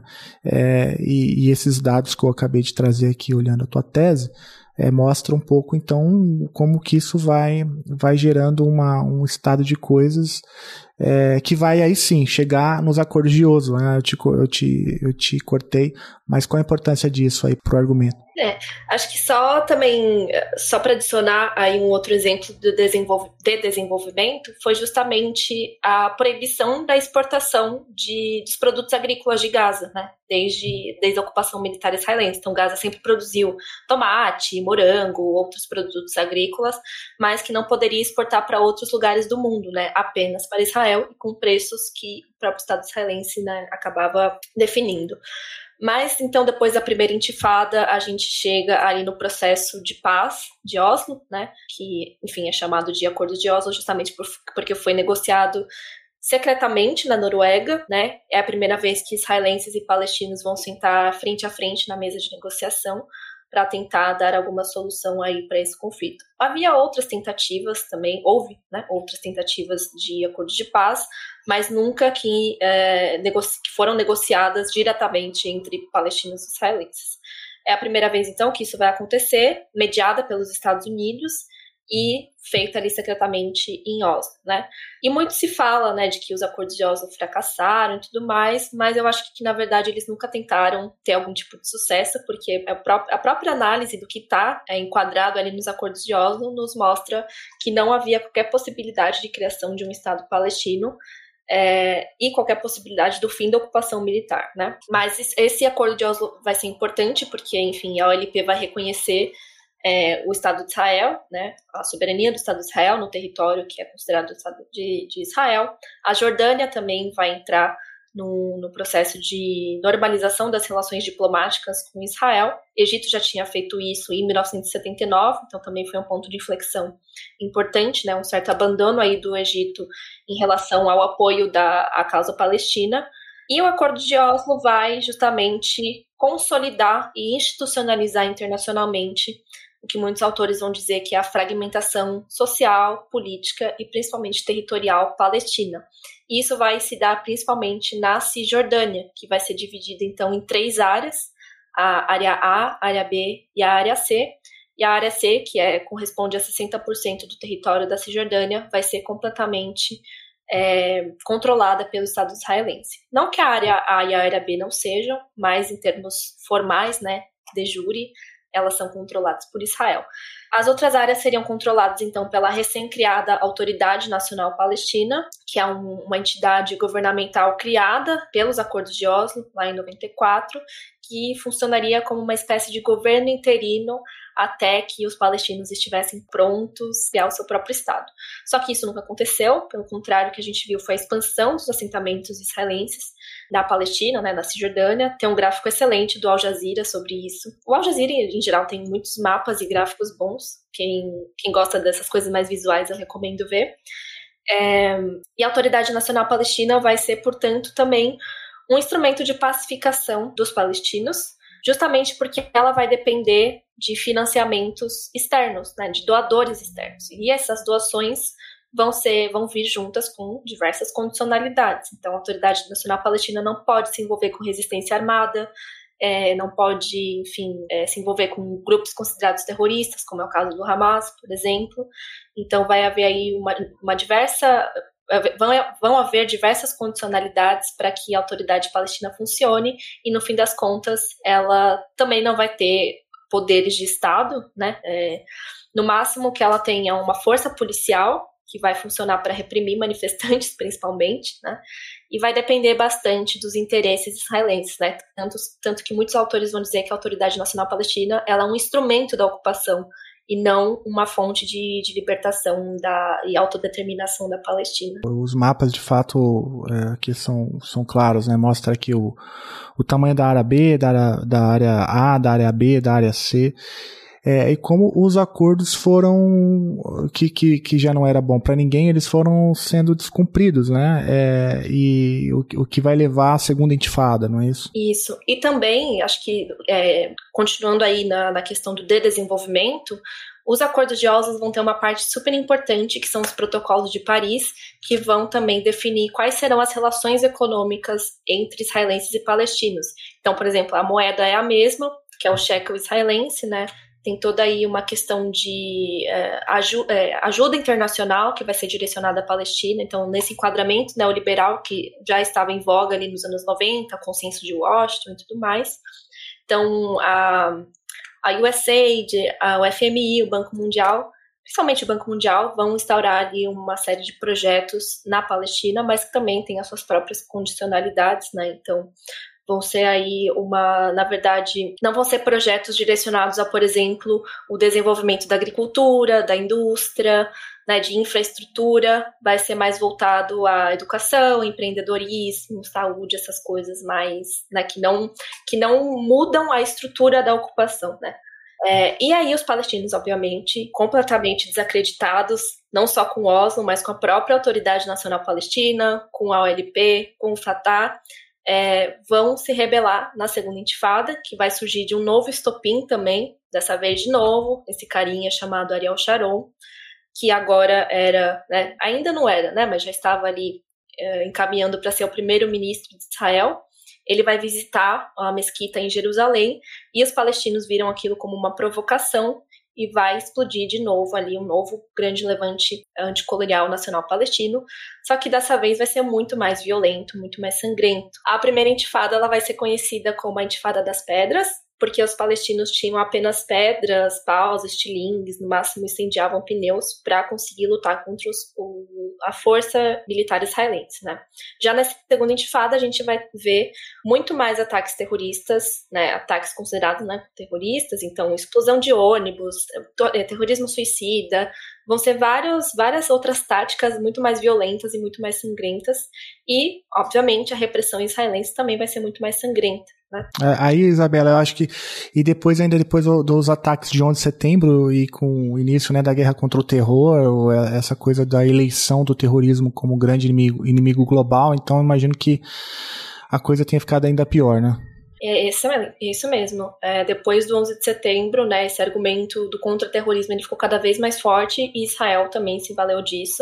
E esses dados que eu acabei de trazer aqui, olhando a tua tese, mostra um pouco, então, como que isso vai gerando um estado de coisas que vai aí sim chegar nos acordos de Oslo, né? Eu te cortei, mas qual a importância disso aí pro argumento? Acho que só para adicionar aí um outro exemplo de desenvolvimento, foi justamente a proibição da exportação dos produtos agrícolas de Gaza, né? Desde a ocupação militar israelense. Então, Gaza sempre produziu tomate, morango, outros produtos agrícolas, mas que não poderia exportar para outros lugares do mundo, né? Apenas para Israel e com preços que o próprio Estado israelense, né, acabava definindo. Mas, então, depois da primeira intifada, a gente chega ali no processo de paz de Oslo, né, que, enfim, é chamado de Acordo de Oslo justamente porque foi negociado secretamente na Noruega, né, é a primeira vez que israelenses e palestinos vão sentar frente a frente na mesa de negociação para tentar dar alguma solução aí para esse conflito. Havia outras tentativas também, houve, né, outras tentativas de acordo de paz, mas nunca que foram negociadas diretamente entre palestinos e israelenses. É a primeira vez, então, que isso vai acontecer, mediada pelos Estados Unidos e feita ali secretamente em Oslo, né? E muito se fala, né, de que os acordos de Oslo fracassaram e tudo mais, mas eu acho que na verdade eles nunca tentaram ter algum tipo de sucesso, porque a própria análise do que está enquadrado ali nos acordos de Oslo nos mostra que não havia qualquer possibilidade de criação de um Estado palestino, e qualquer possibilidade do fim da ocupação militar, né? Mas esse acordo de Oslo vai ser importante porque, enfim, a OLP vai reconhecer o Estado de Israel, né, a soberania do Estado de Israel no território que é considerado o Estado de Israel. A Jordânia também vai entrar no processo de normalização das relações diplomáticas com Israel. O Egito já tinha feito isso em 1979, então também foi um ponto de inflexão importante, né, um certo abandono aí do Egito em relação ao apoio à causa palestina. E o Acordo de Oslo vai justamente consolidar e institucionalizar internacionalmente o que muitos autores vão dizer que é a fragmentação social, política e principalmente territorial palestina. E isso vai se dar principalmente na Cisjordânia, que vai ser dividida então em 3 áreas, a área A, a área B e a área C. E a área C, que corresponde a 60% do território da Cisjordânia, vai ser completamente controlada pelo Estado israelense. Não que a área A e a área B não sejam, mas em termos formais, né, de jure, elas são controladas por Israel. As outras áreas seriam controladas, então, pela recém-criada Autoridade Nacional Palestina, que é uma entidade governamental criada pelos Acordos de Oslo, lá em 94, que funcionaria como uma espécie de governo interino até que os palestinos estivessem prontos a criar o seu próprio Estado. Só que isso nunca aconteceu, pelo contrário, o que a gente viu foi a expansão dos assentamentos israelenses da Palestina, né, na Cisjordânia. Tem um gráfico excelente do Al Jazeera sobre isso. O Al Jazeera, em geral, tem muitos mapas e gráficos bons. Quem gosta dessas coisas mais visuais, eu recomendo ver. E a Autoridade Nacional Palestina vai ser, portanto, também um instrumento de pacificação dos palestinos, justamente porque ela vai depender de financiamentos externos, né, de doadores externos. E essas doações vão vir juntas com diversas condicionalidades. Então, a Autoridade Nacional Palestina não pode se envolver com resistência armada, não pode, enfim, se envolver com grupos considerados terroristas, como é o caso do Hamas, por exemplo. Então, vai haver aí vão haver diversas condicionalidades para que a Autoridade Palestina funcione e, no fim das contas, ela também não vai ter poderes de Estado, né? No máximo que ela tenha uma força policial que vai funcionar para reprimir manifestantes, principalmente, né? E vai depender bastante dos interesses israelenses, né? Tanto que muitos autores vão dizer que a Autoridade Nacional Palestina ela é um instrumento da ocupação e não uma fonte de libertação e autodeterminação da Palestina. Os mapas, de fato, aqui são claros, né? Mostra aqui o tamanho da área B, da área A, da área B, da área C. E como os acordos foram, que já não era bom para ninguém, eles foram sendo descumpridos, né? E o que vai levar à segunda intifada, não é isso? Isso. E também, acho que, continuando aí na questão do desenvolvimento, os acordos de Oslo vão ter uma parte super importante, que são os protocolos de Paris, que vão também definir quais serão as relações econômicas entre israelenses e palestinos. Então, por exemplo, a moeda é a mesma, que é o shekel israelense, né? Tem toda aí uma questão de ajuda internacional que vai ser direcionada à Palestina. Então, nesse enquadramento neoliberal que já estava em voga ali nos anos 90, o consenso de Washington e tudo mais. Então, a USAID, o FMI, o Banco Mundial, principalmente o Banco Mundial, vão instaurar ali uma série de projetos na Palestina, mas que também tem as suas próprias condicionalidades, né? Então, vão ser aí na verdade, não vão ser projetos direcionados a, por exemplo, o desenvolvimento da agricultura, da indústria, né, de infraestrutura, vai ser mais voltado à educação, empreendedorismo, saúde, essas coisas mais, né, que não mudam a estrutura da ocupação, né. E aí os palestinos, obviamente, completamente desacreditados, não só com Oslo, mas com a própria Autoridade Nacional Palestina, com a OLP, com o Fatah, vão se rebelar na segunda intifada, que vai surgir de um novo estopim também, dessa vez de novo, esse carinha chamado Ariel Sharon, que agora era, né, ainda não era, né, mas já estava ali encaminhando para ser o primeiro-ministro de Israel. Ele vai visitar a mesquita em Jerusalém e os palestinos viram aquilo como uma provocação e vai explodir de novo ali um novo grande levante anticolonial nacional palestino, só que dessa vez vai ser muito mais violento, muito mais sangrento. A primeira intifada ela vai ser conhecida como a Intifada das Pedras, porque os palestinos tinham apenas pedras, paus, estilingues, no máximo incendiavam pneus para conseguir lutar contra a força militar israelense, né? Já nessa segunda intifada a gente vai ver muito mais ataques terroristas, né? Ataques considerados, né, terroristas, então explosão de ônibus, terrorismo suicida, vão ser várias outras táticas muito mais violentas e muito mais sangrentas e, obviamente, a repressão israelense também vai ser muito mais sangrenta. Né? Aí, Isabela, eu acho que depois dos ataques de 11 de setembro e com o início, né, da guerra contra o terror, essa coisa da eleição do terrorismo como grande inimigo global, então eu imagino que a coisa tenha ficado ainda pior, né? Isso mesmo. Depois do 11 de setembro, né, esse argumento do contra-terrorismo ele ficou cada vez mais forte e Israel também se valeu disso.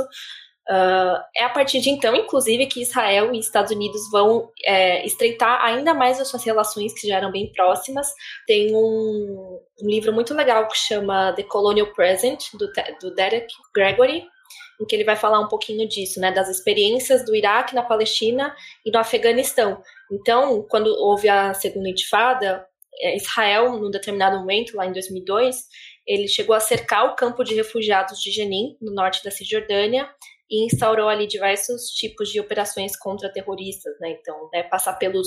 É a partir de então, inclusive, que Israel e Estados Unidos vão estreitar ainda mais as suas relações, que já eram bem próximas. Tem um livro muito legal que chama The Colonial Present, do Derek Gregory, em que ele vai falar um pouquinho disso, né, das experiências do Iraque na Palestina e no Afeganistão. Então, quando houve a segunda intifada, Israel, num determinado momento, lá em 2002, ele chegou a cercar o campo de refugiados de Jenin, no norte da Cisjordânia, e instaurou ali diversos tipos de operações contra terroristas, né? Então, passar pelos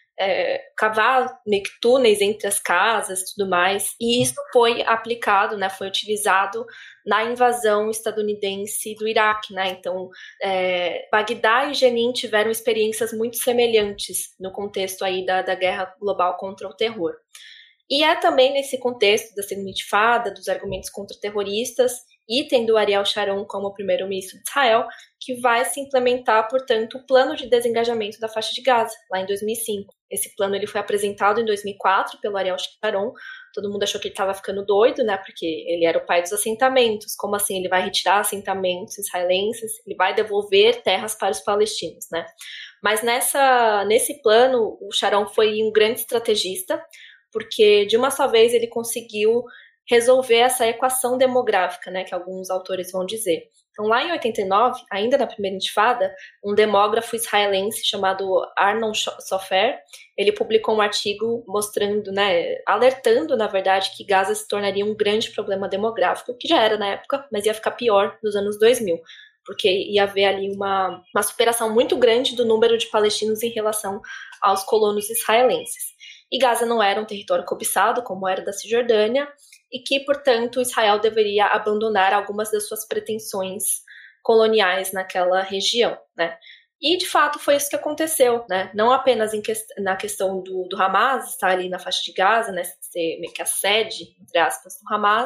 cavar meio que túneis entre as casas e tudo mais, e isso foi aplicado, né, foi utilizado na invasão estadunidense do Iraque, né? Então, Bagdá e Jenin tiveram experiências muito semelhantes no contexto aí da guerra global contra o terror. E é também nesse contexto da segunda intifada, dos argumentos contra terroristas, e tendo Ariel Sharon como primeiro-ministro de Israel, que vai se implementar, portanto, o plano de desengajamento da faixa de Gaza, lá em 2005. Esse plano ele foi apresentado em 2004 pelo Ariel Sharon. Todo mundo achou que ele estava ficando doido, né? Porque ele era o pai dos assentamentos. Como assim? Ele vai retirar assentamentos israelenses? Ele vai devolver terras para os palestinos, né? Mas nesse plano, o Sharon foi um grande estrategista, porque de uma só vez ele conseguiu resolver essa equação demográfica, né, que alguns autores vão dizer. Então, lá em 89, ainda na primeira intifada, um demógrafo israelense chamado Arnon Sofer, ele publicou um artigo mostrando, né, alertando, na verdade, que Gaza se tornaria um grande problema demográfico, que já era na época, mas ia ficar pior nos anos 2000, porque ia haver ali uma superação muito grande do número de palestinos em relação aos colonos israelenses. E Gaza não era um território cobiçado, como era da Cisjordânia, e que, portanto, Israel deveria abandonar algumas das suas pretensões coloniais naquela região, né? E, de fato, foi isso que aconteceu, né? Não apenas na questão do Hamas, estar ali na faixa de Gaza, né? Ser meio que a sede, entre aspas, do Hamas,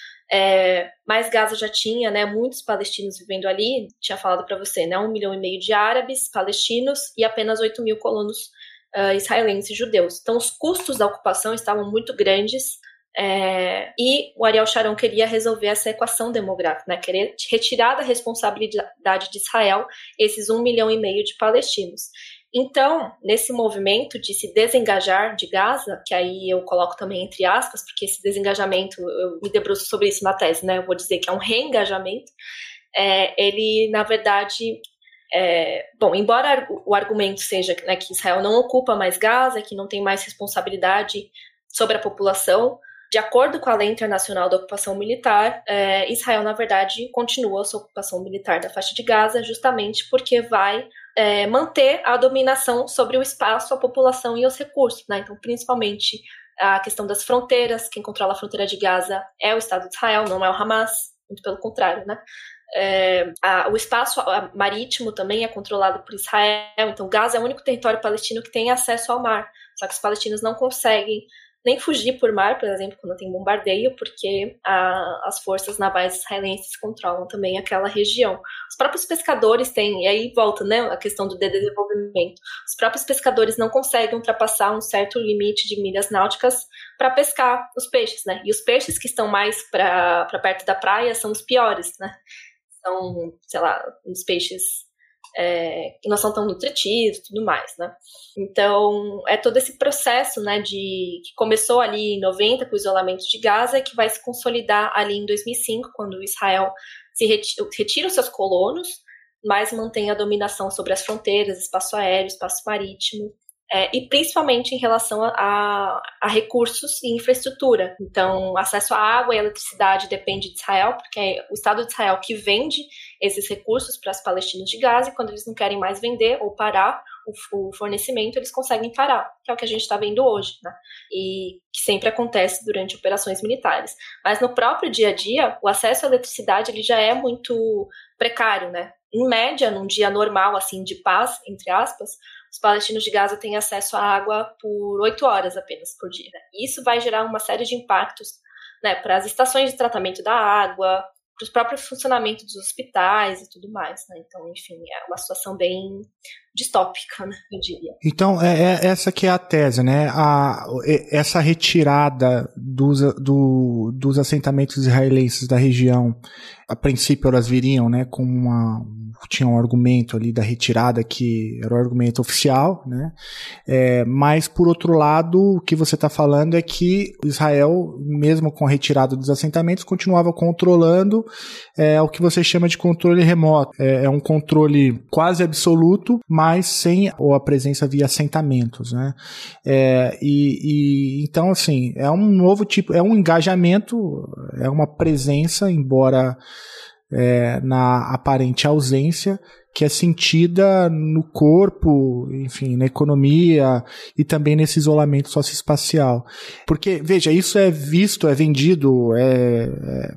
mas Gaza já tinha, né, muitos palestinos vivendo ali, tinha falado para você, né? 1,5 milhão de árabes, palestinos e apenas 8 mil colonos israelenses e judeus. Então, os custos da ocupação estavam muito grandes, e o Ariel Sharon queria resolver essa equação demográfica, né? Querer retirar da responsabilidade de Israel esses 1,5 milhão de palestinos. Então, nesse movimento de se desengajar de Gaza, que aí eu coloco também entre aspas, porque esse desengajamento, eu me debruço sobre isso na tese, né? Eu vou dizer que é um reengajamento. Ele, na verdade, embora o argumento seja, né, que Israel não ocupa mais Gaza, que não tem mais responsabilidade sobre a população, de acordo com a lei internacional da ocupação militar, Israel, na verdade, continua a sua ocupação militar da faixa de Gaza justamente porque vai manter a dominação sobre o espaço, a população e os recursos, né? Então, principalmente a questão das fronteiras, quem controla a fronteira de Gaza é o Estado de Israel, não é o Hamas, muito pelo contrário, né? O espaço marítimo também é controlado por Israel, então Gaza é o único território palestino que tem acesso ao mar, só que os palestinos não conseguem nem fugir por mar, por exemplo, quando tem bombardeio, porque as forças navais israelenses controlam também aquela região. Os próprios pescadores têm, e aí volta, né, a questão do desenvolvimento, os próprios pescadores não conseguem ultrapassar um certo limite de milhas náuticas para pescar os peixes, né, e os peixes que estão mais para perto da praia são os piores, né, são, sei lá, os peixes que não são tão nutritivos e tudo mais, né? Então, é todo esse processo, né, que começou ali em 90 com o isolamento de Gaza e que vai se consolidar ali em 2005, quando Israel retira os seus colonos, mas mantém a dominação sobre as fronteiras, espaço aéreo, espaço marítimo, e principalmente em relação a recursos e infraestrutura. Então, acesso à água e à eletricidade depende de Israel, porque é o Estado de Israel que vende esses recursos para os palestinos de Gaza, e quando eles não querem mais vender ou parar o fornecimento, eles conseguem parar, que é o que a gente está vendo hoje, né? E que sempre acontece durante operações militares. Mas no próprio dia a dia, o acesso à eletricidade ele já é muito precário, né? Em média, num dia normal, assim, de paz, entre aspas, os palestinos de Gaza têm acesso à água por 8 horas apenas por dia. Né? E isso vai gerar uma série de impactos, né, para as estações de tratamento da água, para o próprio funcionamento dos hospitais e tudo mais. Né? Então, enfim, é uma situação bem distópica, né, eu diria. Então, essa que é a tese, né? Essa retirada dos assentamentos israelenses da região, a princípio elas viriam, né, com tinha um argumento ali da retirada que era o argumento oficial, né? Mas, por outro lado, o que você está falando é que Israel, mesmo com a retirada dos assentamentos, continuava controlando o que você chama de controle remoto. É um controle quase absoluto, mas sem a presença via assentamentos, né? Então, assim, é um novo tipo, é um engajamento, é uma presença, embora na aparente ausência, que é sentida no corpo, enfim, na economia e também nesse isolamento socioespacial. Porque, veja, isso é visto, é vendido,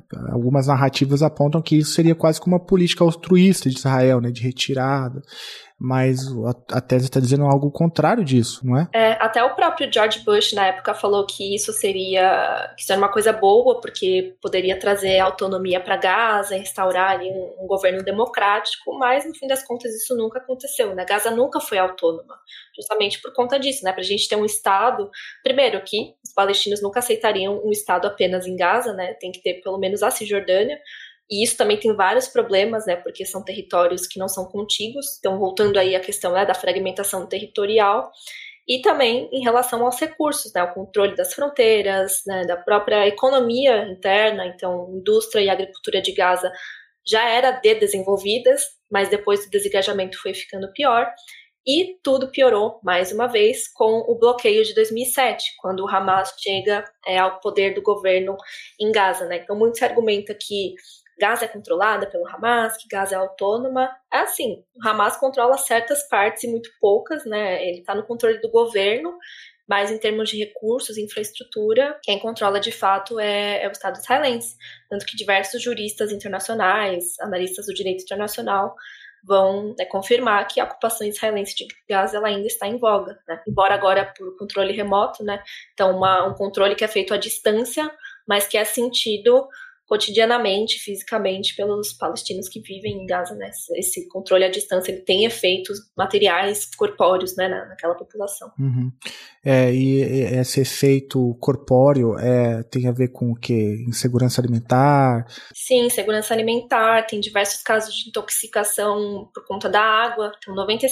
algumas narrativas apontam que isso seria quase como uma política altruísta de Israel, né, de retirada. mas a tese está dizendo algo contrário disso, não é? Até o próprio George Bush, na época, falou que isso era uma coisa boa, porque poderia trazer autonomia para Gaza, restaurar ali um governo democrático, mas, no fim das contas, isso nunca aconteceu, né? Gaza nunca foi autônoma, justamente por conta disso, né? Para a gente ter um Estado, primeiro que os palestinos nunca aceitariam um Estado apenas em Gaza, né? Tem que ter pelo menos a Cisjordânia, e isso também tem vários problemas, né, porque são territórios que não são contíguos, então voltando aí à questão, né, da fragmentação territorial, e também em relação aos recursos, né, o controle das fronteiras, né, da própria economia interna, então indústria e agricultura de Gaza já era desenvolvidas, mas depois do desengajamento foi ficando pior, e tudo piorou, mais uma vez, com o bloqueio de 2007, quando o Hamas chega ao poder do governo em Gaza, né, então muito se argumenta que Gaza é controlada pelo Hamas, que Gaza é autônoma. É assim, o Hamas controla certas partes e muito poucas, né? Ele está no controle do governo, mas em termos de recursos, infraestrutura, quem controla de fato é o Estado israelense. Tanto que diversos juristas internacionais, analistas do direito internacional, vão confirmar que a ocupação israelense de Gaza ela ainda está em voga, né? Embora agora por controle remoto, né? Então um controle que é feito à distância, mas que é sentido cotidianamente, fisicamente, pelos palestinos que vivem em Gaza, né? Esse controle à distância, ele tem efeitos materiais, corpóreos, né, naquela população. Uhum. E esse efeito corpóreo tem a ver com o quê? Insegurança alimentar? Sim, insegurança alimentar, tem diversos casos de intoxicação por conta da água, então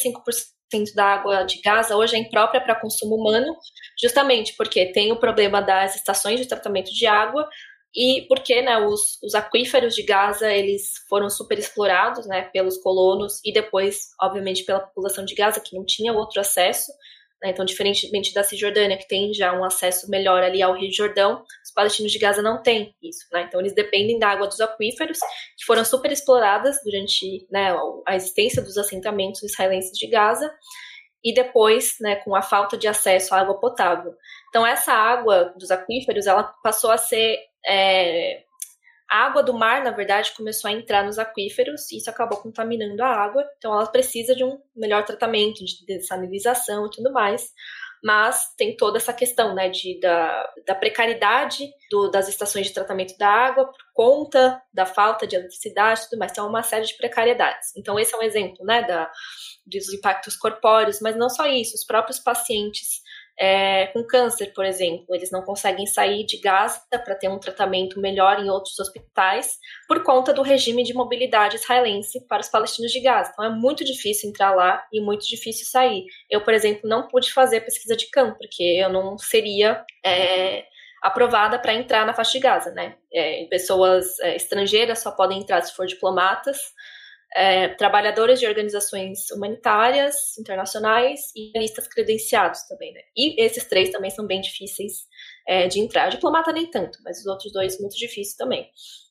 95% da água de Gaza hoje é imprópria para consumo humano, justamente porque tem o problema das estações de tratamento de água, e porque, né, os aquíferos de Gaza, eles foram super explorados, né, pelos colonos e depois, obviamente, pela população de Gaza, que não tinha outro acesso, né, então, diferentemente da Cisjordânia, que tem já um acesso melhor ali ao Rio Jordão, os palestinos de Gaza não têm isso, né, então eles dependem da água dos aquíferos, que foram super exploradas durante, né, a existência dos assentamentos israelenses de Gaza, e depois, né, com a falta de acesso à água potável. Então, essa água dos aquíferos, ela passou a ser a água do mar, na verdade, começou a entrar nos aquíferos e isso acabou contaminando a água. Então, ela precisa de um melhor tratamento, de dessalinização e tudo mais. Mas tem toda essa questão, né, da precariedade das estações de tratamento da água por conta da falta de eletricidade e tudo mais. Então, é uma série de precariedades. Então, esse é um exemplo, né, dos impactos corpóreos, mas não só isso. Os próprios pacientes com câncer, por exemplo, eles não conseguem sair de Gaza para ter um tratamento melhor em outros hospitais por conta do regime de mobilidade israelense para os palestinos de Gaza. Então é muito difícil entrar lá e muito difícil sair. Eu, por exemplo, não pude fazer pesquisa de campo, porque eu não seria aprovada para entrar na faixa de Gaza, né? Pessoas estrangeiras só podem entrar se for diplomatas, trabalhadores de organizações humanitárias, internacionais e analistas credenciados também, né? E esses 3 também são bem difíceis de entrar. Diplomata nem tanto, mas os outros 2 muito difícil também.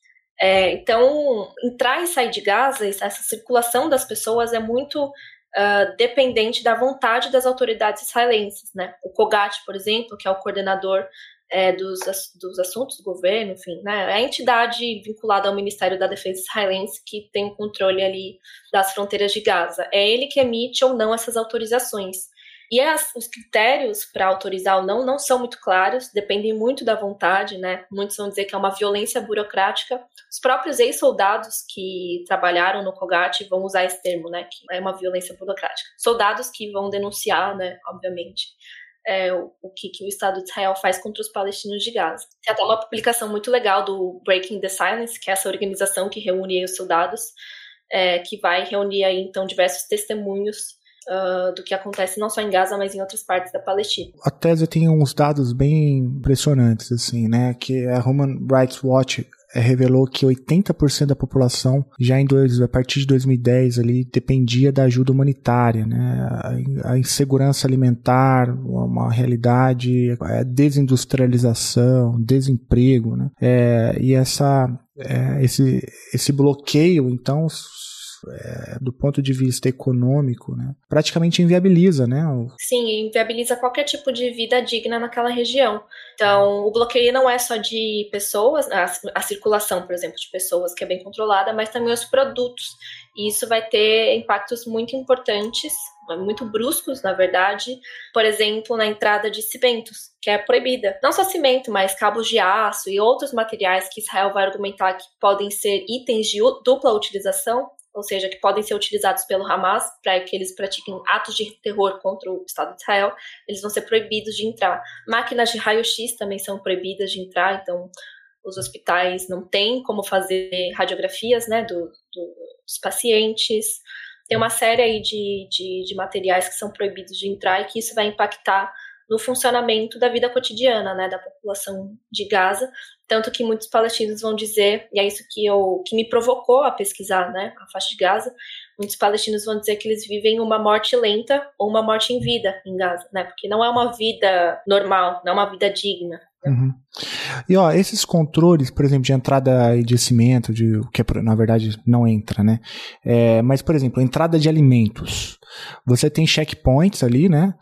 Então, entrar e sair de Gaza, essa circulação das pessoas é muito dependente da vontade das autoridades israelenses, né? O Kogat, por exemplo, que é o coordenador dos assuntos do governo, enfim, né, é a entidade vinculada ao Ministério da Defesa israelense que tem o controle ali das fronteiras de Gaza. É ele que emite ou não essas autorizações. E os critérios para autorizar ou não são muito claros, dependem muito da vontade, né? Muitos vão dizer que é uma violência burocrática. Os próprios ex-soldados que trabalharam no Kogat vão usar esse termo, né? Que é uma violência burocrática. Soldados que vão denunciar, né? Obviamente. O que o Estado de Israel faz contra os palestinos de Gaza. Tem até uma publicação muito legal do Breaking the Silence, que é essa organização que reúne aí os soldados, que vai reunir aí, então, diversos testemunhos do que acontece não só em Gaza, mas em outras partes da Palestina. A tese tem uns dados bem impressionantes, assim, né, que a Human Rights Watch revelou que 80% da população já a partir de 2010 ali dependia da ajuda humanitária, né? A insegurança alimentar, uma realidade, a desindustrialização, desemprego, né? E esse bloqueio, então, do ponto de vista econômico, né, praticamente inviabiliza, né? Sim, inviabiliza qualquer tipo de vida digna naquela região. Então, o bloqueio não é só de pessoas, a circulação, por exemplo, de pessoas, que é bem controlada, mas também os produtos. E isso vai ter impactos muito importantes, muito bruscos, na verdade. Por exemplo, na entrada de cimentos, que é proibida. Não só cimento, mas cabos de aço e outros materiais que Israel vai argumentar que podem ser itens de dupla utilização, ou seja, que podem ser utilizados pelo Hamas para que eles pratiquem atos de terror contra o Estado de Israel, eles vão ser proibidos de entrar. Máquinas de raio-x também são proibidas de entrar, então os hospitais não têm como fazer radiografias, né, dos pacientes. Tem uma série aí de materiais que são proibidos de entrar e que isso vai impactar no funcionamento da vida cotidiana, né, da população de Gaza, tanto que muitos palestinos vão dizer, e é isso que me provocou a pesquisar, né, a faixa de Gaza, muitos palestinos vão dizer que eles vivem uma morte lenta ou uma morte em vida em Gaza, né, porque não é uma vida normal, não é uma vida digna. Uhum. E esses controles, por exemplo, de entrada e de cimento, que na verdade não entra, né? Mas, por exemplo, entrada de alimentos. Você tem checkpoints ali, né?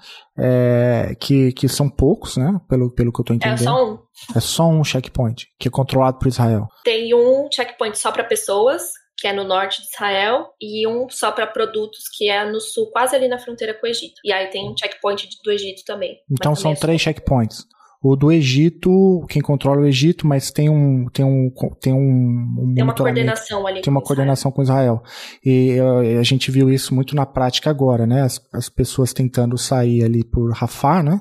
Que são poucos, né? Pelo que eu estou entendendo. É só um checkpoint, que é controlado por Israel. Tem um checkpoint só para pessoas, que é no norte de Israel, e um só para produtos, que é no sul, quase ali na fronteira com o Egito. E aí tem um checkpoint do Egito também. Então são 3 checkpoints. O do Egito, quem controla o Egito, mas tem uma coordenação ali. Tem uma coordenação com Israel. E a gente viu isso muito na prática agora, né? As pessoas tentando sair ali por Rafah, né?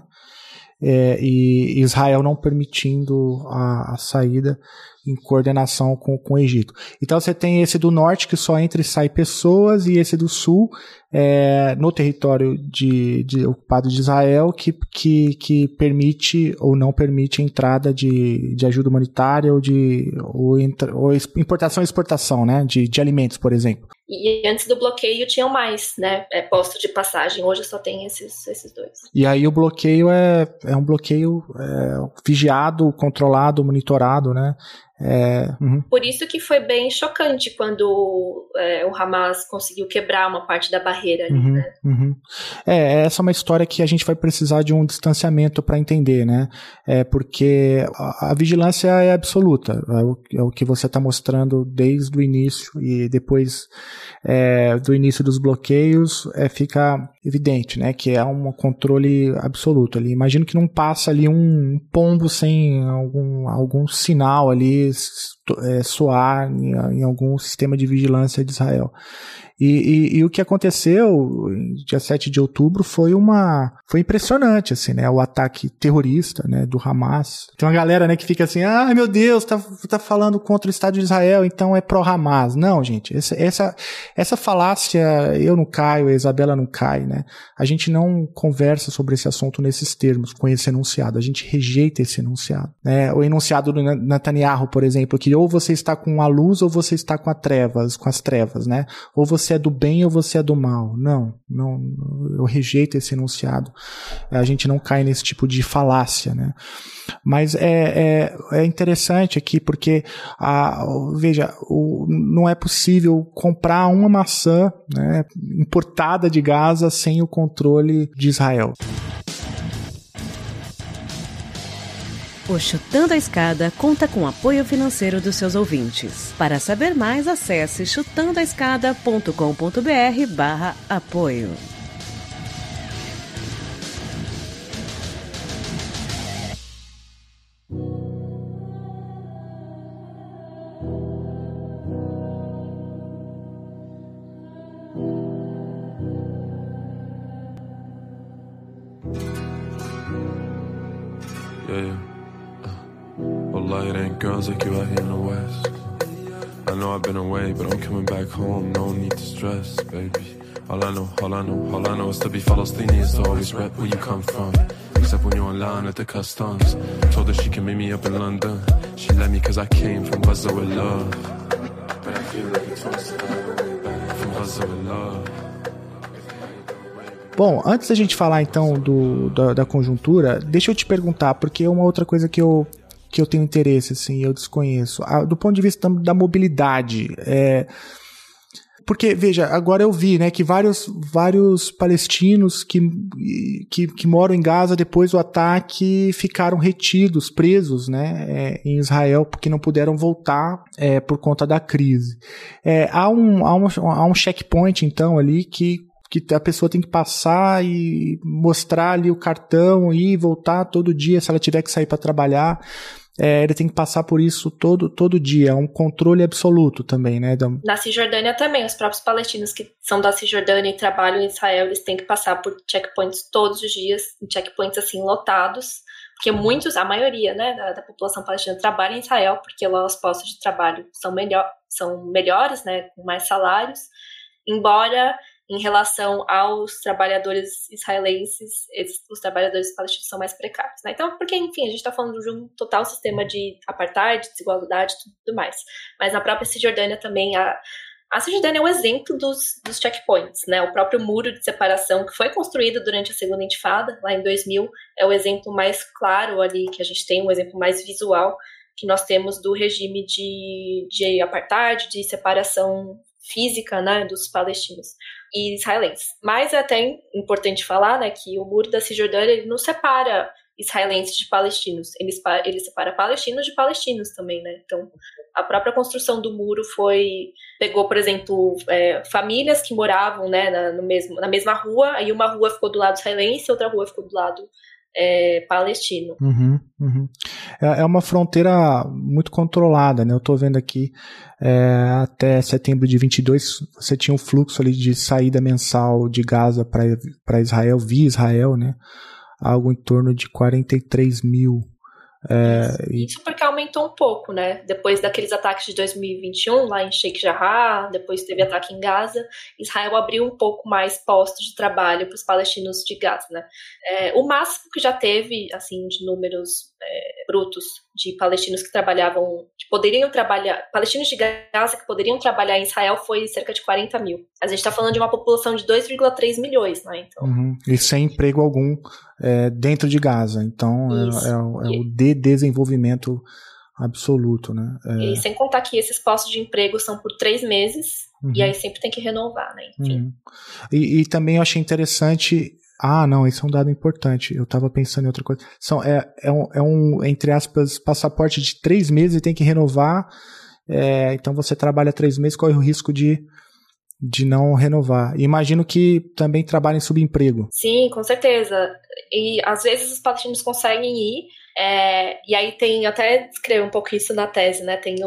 E Israel não permitindo a saída em coordenação com o Egito. Então você tem esse do norte que só entra e sai pessoas, e esse do sul no território ocupado de Israel que permite ou não permite a entrada de ajuda humanitária ou importação e exportação, né, de alimentos, por exemplo. E antes do bloqueio tinham mais, né, postos de passagem. Hoje só tem esses 2. E aí o bloqueio é um bloqueio vigiado, controlado, monitorado, né? Por isso que foi bem chocante quando o Hamas conseguiu quebrar uma parte da barreira ali, né? Essa é uma história que a gente vai precisar de um distanciamento para entender, né? Porque a vigilância é absoluta, é o que você está mostrando desde o início, e depois do início dos bloqueios fica evidente, né? Que é um controle absoluto ali. Imagino que não passa ali um pombo sem algum sinal ali soar em algum sistema de vigilância de Israel. E o que aconteceu dia 7 de outubro foi impressionante, assim, né? O ataque terrorista, né, do Hamas. Tem uma galera, né, que fica assim, meu Deus, tá falando contra o Estado de Israel, então é pró-Hamas. Não, gente, essa falácia eu não caio, a Isabela não cai, né? A gente não conversa sobre esse assunto nesses termos, com esse enunciado, a gente rejeita esse enunciado, né? O enunciado do Netanyahu, por exemplo, que ou você está com a luz ou você está com as trevas, né? Ou você é do bem ou você é do mal. Não, eu rejeito esse enunciado. A gente não cai nesse tipo de falácia, né? Mas é interessante aqui porque, veja, não é possível comprar uma maçã, né, importada de Gaza sem o controle de Israel. O Chutando a Escada conta com apoio financeiro dos seus ouvintes. Para saber mais, acesse chutandoaescada.com.br/apoio. Wallahi, it ain't girls like you out here in the West. I know I've been away, but I'm coming back home. No need to stress, baby. All I know is to be Palestinian, is to always rep where you come from. Except when you're online at the customs. Told her she can meet me up in London. She let me cause I came from Gaza with love. But I feel like it's from Gaza with love. Bom, antes da gente falar então da conjuntura, deixa eu te perguntar, porque é uma outra coisa que eu tenho interesse, assim, eu desconheço. Do ponto de vista da mobilidade, Porque, veja, agora eu vi, né, que vários palestinos que moram em Gaza depois do ataque ficaram retidos, presos, né, em Israel, porque não puderam voltar por conta da crise. Há um checkpoint, então, ali que a pessoa tem que passar e mostrar ali o cartão e voltar todo dia, se ela tiver que sair para trabalhar. Ele tem que passar por isso todo dia, é um controle absoluto também, né? Na Cisjordânia também, os próprios palestinos que são da Cisjordânia e trabalham em Israel, eles têm que passar por checkpoints todos os dias, checkpoints assim lotados, porque a maioria, né, da população palestina trabalha em Israel, porque lá os postos de trabalho são melhores, né, com mais salários, embora em relação aos trabalhadores israelenses, os trabalhadores palestinos são mais precários, né? Então, porque, enfim, a gente está falando de um total sistema de apartheid, desigualdade e tudo mais. Mas na própria Cisjordânia também, a Cisjordânia é um exemplo dos checkpoints, né? O próprio muro de separação que foi construído durante a Segunda Intifada, lá em 2000, é o exemplo mais claro ali, que a gente tem, um exemplo mais visual que nós temos do regime de apartheid, de separação física, né, dos palestinos e israelenses. Mas é até importante falar, né, que o muro da Cisjordânia ele não separa israelenses de palestinos, ele separa palestinos de palestinos também, né? Então, a própria construção do muro pegou, por exemplo, famílias que moravam, né, na mesma rua, aí uma rua ficou do lado israelense, outra rua ficou do lado palestino. Uhum. É uma fronteira muito controlada, né? Eu tô vendo aqui, até setembro de 22, você tinha um fluxo ali de saída mensal de Gaza para Israel, via Israel, né? Algo em torno de 43 mil. Isso porque aumentou um pouco, né? Depois daqueles ataques de 2021, lá em Sheikh Jarrah, depois teve ataque em Gaza, Israel abriu um pouco mais postos de trabalho para os palestinos de Gaza, né? O máximo que já teve, assim, de números brutos de palestinos que trabalhavam, que poderiam trabalhar, palestinos de Gaza que poderiam trabalhar em Israel foi cerca de 40 mil. A gente está falando de uma população de 2,3 milhões, né? Então... E sem emprego algum dentro de Gaza. Então, o desenvolvimento absoluto, né? E sem contar que esses postos de emprego são por 3 meses, e aí sempre tem que renovar, né? Enfim. E também eu achei interessante... não, esse é um dado importante. Eu estava pensando em outra coisa. É um, entre aspas, passaporte de 3 meses e tem que renovar. Então você trabalha 3 meses, corre o risco de não renovar. E imagino que também trabalhem em subemprego. Sim, com certeza. E às vezes os palestinos conseguem ir, e aí tem, até escrevo um pouco isso na tese, né? Tem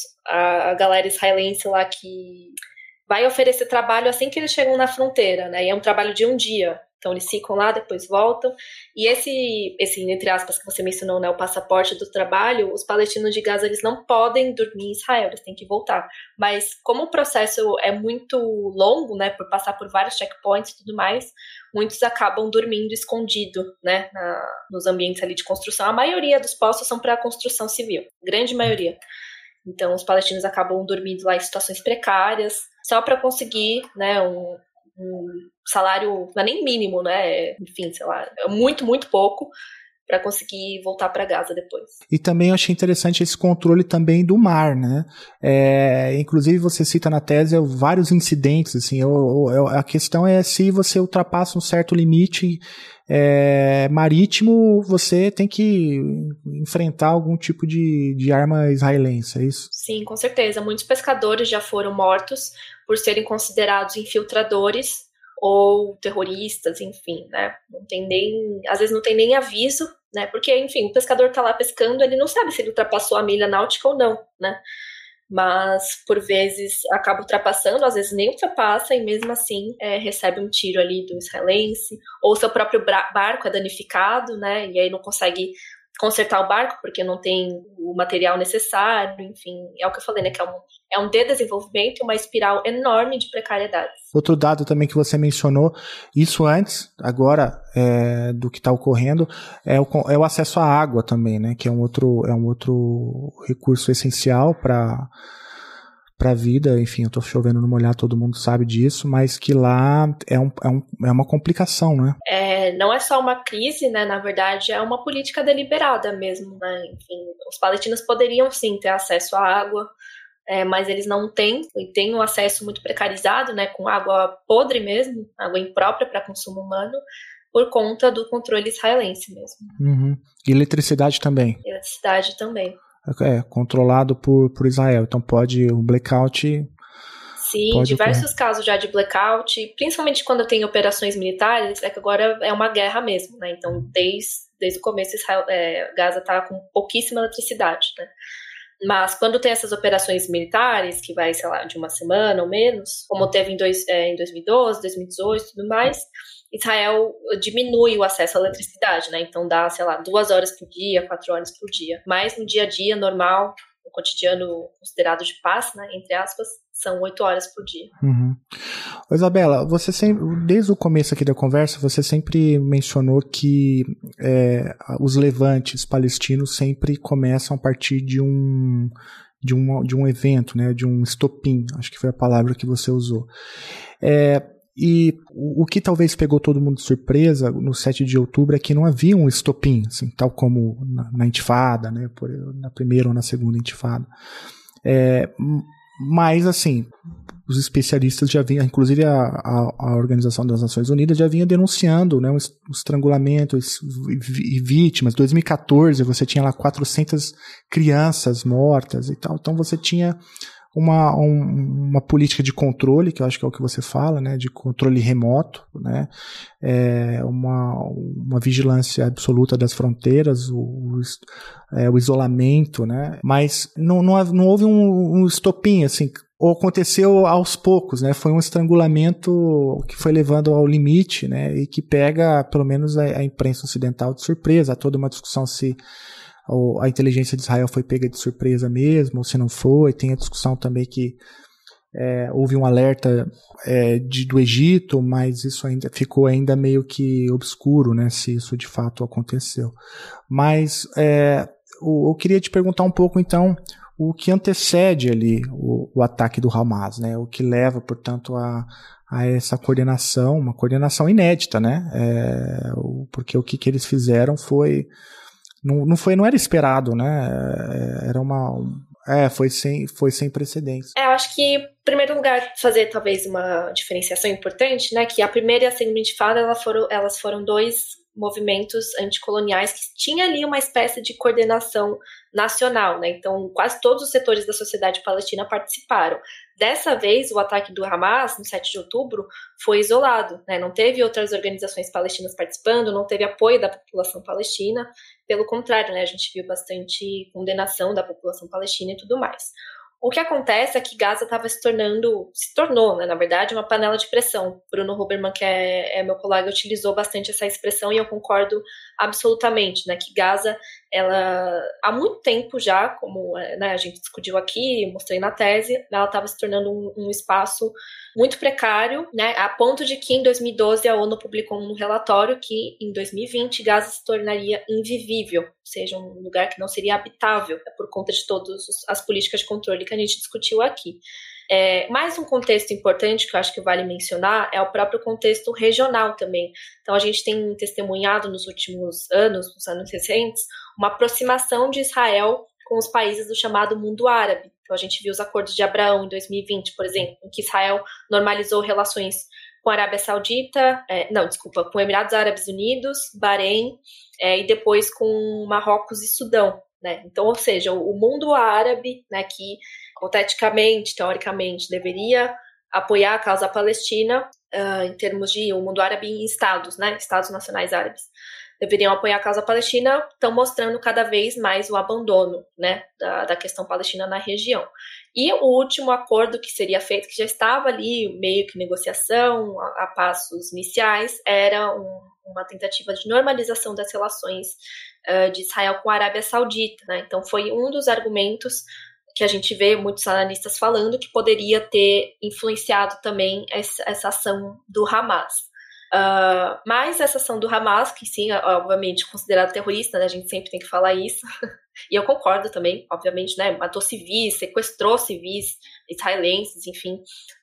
a galera israelense lá que vai oferecer trabalho assim que eles chegam na fronteira, né? E é um trabalho de um dia. Então eles ficam lá, depois voltam. E esse entre aspas, que você mencionou, né, o passaporte do trabalho, os palestinos de Gaza, eles não podem dormir em Israel, eles têm que voltar. Mas como o processo é muito longo, né, por passar por vários checkpoints e tudo mais, muitos acabam dormindo escondido, né, nos ambientes ali de construção. A maioria dos postos são para construção civil, grande maioria. Então os palestinos acabam dormindo lá em situações precárias, só para conseguir, né, um salário, não é nem mínimo, né? Enfim, sei lá, é muito, muito pouco para conseguir voltar para Gaza depois. E também eu achei interessante esse controle também do mar, né? Inclusive você cita na tese vários incidentes, assim, a questão é se você ultrapassa um certo limite marítimo, você tem que enfrentar algum tipo de arma israelense, é isso? Sim, com certeza. Muitos pescadores já foram mortos por serem considerados infiltradores ou terroristas, enfim, né? Às vezes não tem nem aviso, né? Porque, enfim, o pescador tá lá pescando, ele não sabe se ele ultrapassou a milha náutica ou não, né? Mas, por vezes, acaba ultrapassando, às vezes nem ultrapassa, e mesmo assim recebe um tiro ali do israelense, ou seu próprio barco é danificado, né? E aí não consegue consertar o barco porque não tem o material necessário, enfim, é o que eu falei, né, que é um desenvolvimento e uma espiral enorme de precariedade. Outro dado também que você mencionou, isso antes, agora, do que está ocorrendo, é o acesso à água também, né, que é um outro recurso essencial para a vida, enfim, eu estou chovendo no molhado, todo mundo sabe disso, mas que lá é uma complicação, né? Não é só uma crise, né? Na verdade, é uma política deliberada mesmo, né? Enfim, os palestinos poderiam sim ter acesso à água, mas eles não têm, e têm um acesso muito precarizado, né, com água podre mesmo, água imprópria para consumo humano, por conta do controle israelense mesmo. Uhum. E eletricidade também? Eletricidade também. Controlado por Israel, então o blackout... Sim, diversos casos já de blackout, principalmente quando tem operações militares, que agora é uma guerra mesmo, né? Então, desde o começo, Gaza está com pouquíssima eletricidade, né? Mas quando tem essas operações militares, que vai, sei lá, de uma semana ou menos, como teve em 2012, 2018 e tudo mais, Israel diminui o acesso à eletricidade, né? Então dá, sei lá, 2 horas por dia, 4 horas por dia. Mas no dia a dia normal, no cotidiano considerado de paz, né, entre aspas, são 8 horas por dia. Uhum. Isabela, você sempre, desde o começo aqui da conversa, você sempre mencionou que os levantes palestinos sempre começam a partir de um evento, né, de um estopim, acho que foi a palavra que você usou. E o que talvez pegou todo mundo de surpresa no 7 de outubro é que não havia um estopim, assim, tal como na intifada, né, na primeira ou na segunda intifada. Mas, assim, os especialistas já vinham, inclusive a Organização das Nações Unidas já vinha denunciando, né, o estrangulamento e vítimas. Em 2014 você tinha lá 400 crianças mortas e tal, então você tinha uma política de controle, que eu acho que é o que você fala, né, de controle remoto, né, uma vigilância absoluta das fronteiras, o isolamento, né, mas não houve um estopim, assim, ou aconteceu aos poucos, né, foi um estrangulamento que foi levando ao limite, né, e que pega, pelo menos, a imprensa ocidental de surpresa. Há toda uma discussão se a inteligência de Israel foi pega de surpresa mesmo, ou se não foi. Tem a discussão também que houve um alerta do Egito, mas isso ficou meio que obscuro, né, se isso de fato aconteceu. Mas eu queria te perguntar um pouco, então, o que antecede ali o ataque do Hamas, né, o que leva, portanto, a essa coordenação, uma coordenação inédita, né, porque o que eles fizeram foi... Não era esperado, né? Foi sem precedentes. Eu acho que, em primeiro lugar, fazer talvez uma diferenciação importante, né? Que a primeira e a segunda intifada, elas foram 2 movimentos anticoloniais que tinha ali uma espécie de coordenação nacional, né? Então, quase todos os setores da sociedade palestina participaram. Dessa vez, o ataque do Hamas, no 7 de outubro, foi isolado, né? Não teve outras organizações palestinas participando, não teve apoio da população palestina. Pelo contrário, né? A gente viu bastante condenação da população palestina e tudo mais. O que acontece é que Gaza se tornou, né, na verdade, uma panela de pressão. Bruno Huberman, que é meu colega, utilizou bastante essa expressão e eu concordo absolutamente, né, que Gaza, ela, há muito tempo já, como, né, a gente discutiu aqui, mostrei na tese, ela estava se tornando um espaço muito precário, né, a ponto de que em 2012 a ONU publicou um relatório que em 2020 Gaza se tornaria invivível, ou seja, um lugar que não seria habitável, por conta de todas as políticas de controle que a gente discutiu aqui. Mais um contexto importante que eu acho que vale mencionar é o próprio contexto regional também. Então a gente tem testemunhado nos últimos anos, nos anos recentes, uma aproximação de Israel com os países do chamado mundo árabe. Então a gente viu os acordos de Abraão em 2020, por exemplo, em que Israel normalizou relações com a Arábia Saudita, com Emirados Árabes Unidos, Bahrein, e depois com Marrocos e Sudão, né? Então, ou seja, o mundo árabe, né, que hipoteticamente, teoricamente, deveria apoiar a causa palestina, em termos de o mundo árabe em estados, né, estados nacionais árabes, deveriam apoiar a causa palestina, estão mostrando cada vez mais o abandono, né, da questão palestina na região. E o último acordo que seria feito, que já estava ali meio que negociação, a passos iniciais, era uma tentativa de normalização das relações de Israel com a Arábia Saudita, né? Então foi um dos argumentos que a gente vê muitos analistas falando que poderia ter influenciado também essa ação do Hamas. Mas essa ação do Hamas, que sim, obviamente considerado terrorista, né, a gente sempre tem que falar isso, e eu concordo também, obviamente, né, matou civis, sequestrou civis israelenses, enfim,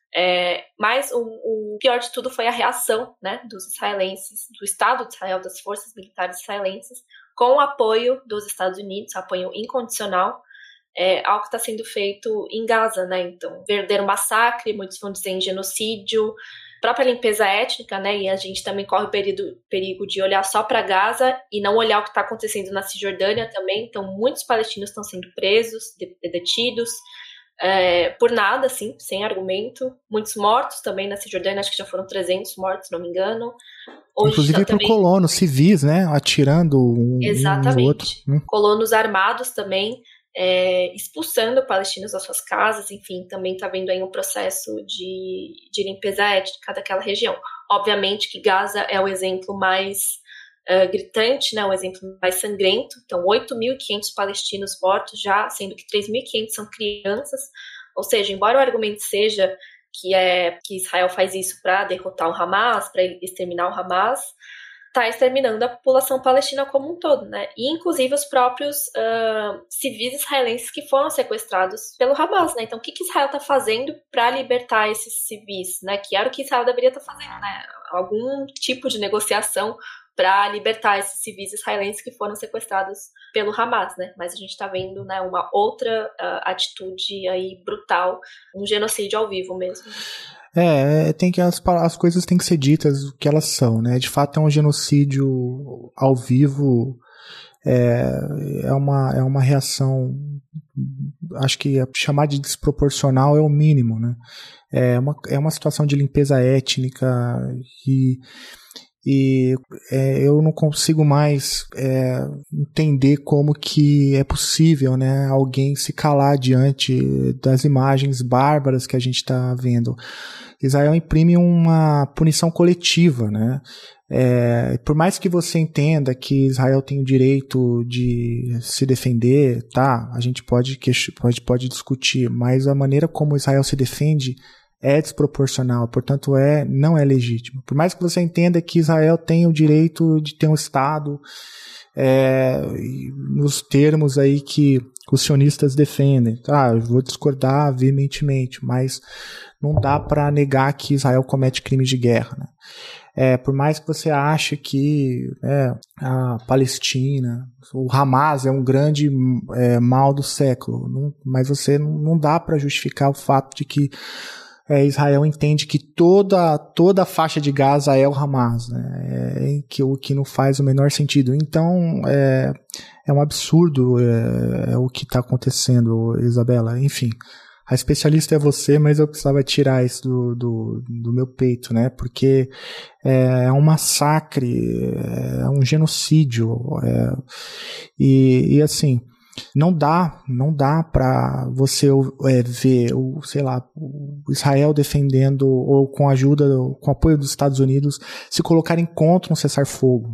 mas o pior de tudo foi a reação, né, dos israelenses, do Estado de Israel, das forças militares israelenses, com o apoio dos Estados Unidos, apoio incondicional, algo que está sendo feito em Gaza, né? Então, verdadeiro massacre, muitos vão dizer em genocídio, própria limpeza étnica, né? E a gente também corre o perigo de olhar só para Gaza e não olhar o que está acontecendo na Cisjordânia também. Então, muitos palestinos estão sendo presos, detidos, por nada, assim, sem argumento. Muitos mortos também na Cisjordânia, acho que já foram 300 mortos, se não me engano. Hoje inclusive por colonos civis, né? Atirando um no outro. Colonos armados também, expulsando palestinos das suas casas, enfim, também está vendo aí um processo de limpeza étnica daquela região. Obviamente que Gaza é o exemplo mais gritante, né, o exemplo mais sangrento. Então, 8.500 palestinos mortos já, sendo que 3.500 são crianças. Ou seja, embora o argumento seja que Israel faz isso para derrotar o Hamas, para exterminar o Hamas, está exterminando a população palestina como um todo, né? E inclusive os próprios civis israelenses que foram sequestrados pelo Hamas, né? Então, o que Israel está fazendo para libertar esses civis, né? Que era o que Israel deveria estar fazendo, né? Algum tipo de negociação para libertar esses civis israelenses que foram sequestrados pelo Hamas, né? Mas a gente está vendo, né, uma outra atitude aí brutal, um genocídio ao vivo mesmo. As coisas têm que ser ditas o que elas são, né? De fato é um genocídio ao vivo, é uma reação, acho que chamar de desproporcional é o mínimo, né? É uma situação de limpeza étnica e eu não consigo mais entender como que é possível, né, alguém se calar diante das imagens bárbaras que a gente está vendo. Israel imprime uma punição coletiva, né? Por mais que você entenda que Israel tem o direito de se defender, tá? A gente pode discutir, mas a maneira como Israel se defende é desproporcional, portanto não é legítimo. Por mais que você entenda que Israel tem o direito de ter um Estado nos termos aí que os sionistas defendem, tá? Eu vou discordar veementemente, mas não dá para negar que Israel comete crimes de guerra, né? Por mais que você ache que a Palestina, o Hamas é um grande mal do século, mas você não dá para justificar o fato de que Israel entende que toda a faixa de Gaza é o Hamas, né? O que não faz o menor sentido. Então, é um absurdo o que está acontecendo, Isabela. Enfim, a especialista é você, mas eu precisava tirar isso do meu peito, né? Porque é um massacre, é um genocídio. E assim, não dá para você ver o Israel defendendo ou com apoio dos Estados Unidos se colocarem contra um cessar-fogo.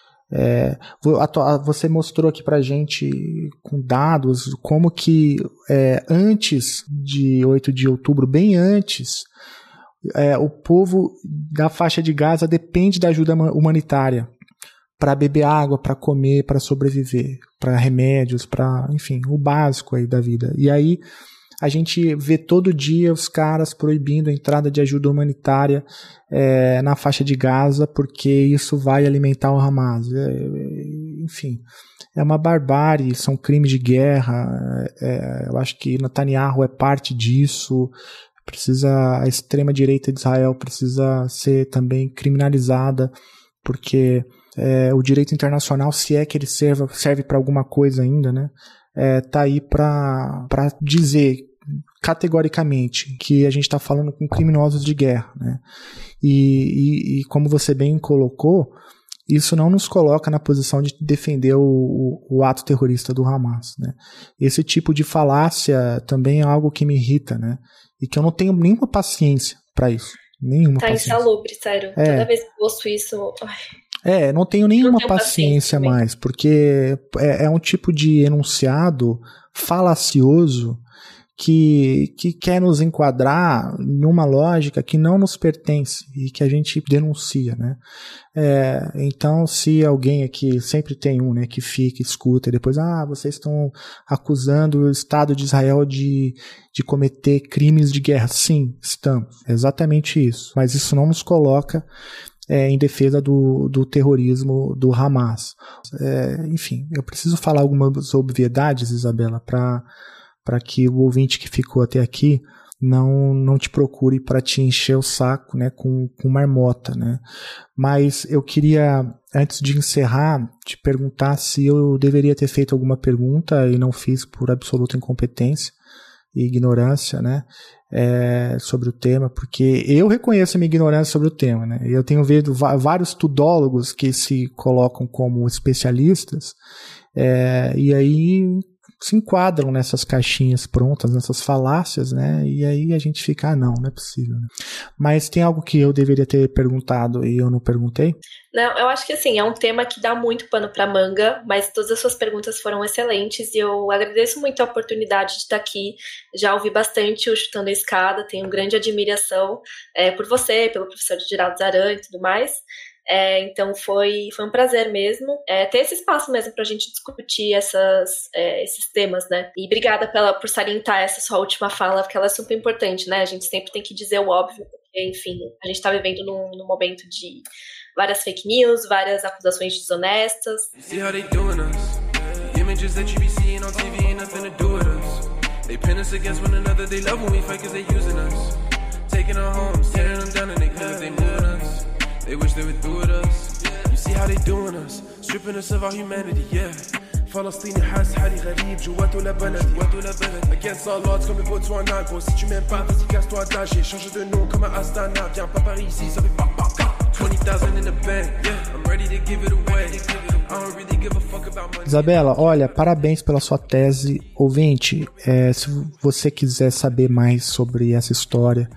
Você mostrou aqui pra gente com dados como que antes de 8 de outubro, bem antes, o povo da faixa de Gaza depende da ajuda humanitária para beber água, para comer, para sobreviver, para remédios, para, enfim, o básico aí da vida. E aí a gente vê todo dia os caras proibindo a entrada de ajuda humanitária na faixa de Gaza, porque isso vai alimentar o Hamas. Enfim, é uma barbárie, são crimes de guerra. Eu acho que Netanyahu é parte disso. A extrema-direita de Israel precisa ser também criminalizada, porque o direito internacional, se é que ele serve para alguma coisa ainda, né? Tá aí para dizer categoricamente que a gente está falando com criminosos de guerra, né? E como você bem colocou, isso não nos coloca na posição de defender o ato terrorista do Hamas, né? Esse tipo de falácia também é algo que me irrita, né? E que eu não tenho nenhuma paciência para isso. Nenhuma paciência. Tá insalubre, sério. Toda vez que eu ouço isso... não tenho nenhuma paciência mais, porque é um tipo de enunciado falacioso que quer nos enquadrar numa lógica que não nos pertence e que a gente denuncia, né? Então, se alguém aqui, sempre tem um, né, que fica, escuta e depois, vocês estão acusando o Estado de Israel de cometer crimes de guerra. Sim, estamos. É exatamente isso. Mas isso não nos coloca em defesa do terrorismo do Hamas. Enfim, eu preciso falar algumas obviedades, Isabela, para para que o ouvinte que ficou até aqui não te procure para te encher o saco, né, com marmota, né? Mas eu queria, antes de encerrar, te perguntar se eu deveria ter feito alguma pergunta e não fiz por absoluta incompetência e ignorância, né, sobre o tema, porque eu reconheço a minha ignorância sobre o tema, né? Eu tenho visto vários tudólogos que se colocam como especialistas, e aí se enquadram nessas caixinhas prontas, nessas falácias, né? E aí a gente fica, não é possível, né? Mas tem algo que eu deveria ter perguntado e eu não perguntei? Não, eu acho que assim, é um tema que dá muito pano pra manga, mas todas as suas perguntas foram excelentes e eu agradeço muito a oportunidade de estar aqui. Já ouvi bastante o Chutando a Escada, tenho grande admiração por você, pelo professor Geraldo Zaran e tudo mais. Então foi um prazer mesmo ter esse espaço mesmo pra gente discutir esses temas, né? E obrigada por salientar essa sua última fala, porque ela é super importante, né? A gente sempre tem que dizer o óbvio, porque, enfim, a gente tá vivendo num momento de várias fake news, várias acusações desonestas. See how they doing us? Images that you be seeing on TV ain't nothing to do with us. They pin us against one another, they love when we fight 'cause they using us. Taking our homes, tearing them down and they cause they moving us. They wish they were through with us. You see how they doing us, stripping us of our humanity, yeah. فلسطيني حاس حالي غريب جواته لبلدي Against all odds comme le beau toi nago. Si tu m'aimes pas, vas-y casse-toi d'âge. J'ai changé de nom comme un Astana. Viens pas par ici, ça fait pop pop pop. 20,000 in the bank, yeah. I'm ready to give it away. I don't really give a fuck about money. Isabela, olha, parabéns pela sua tese. Ouvinte, se você quiser saber mais sobre essa história,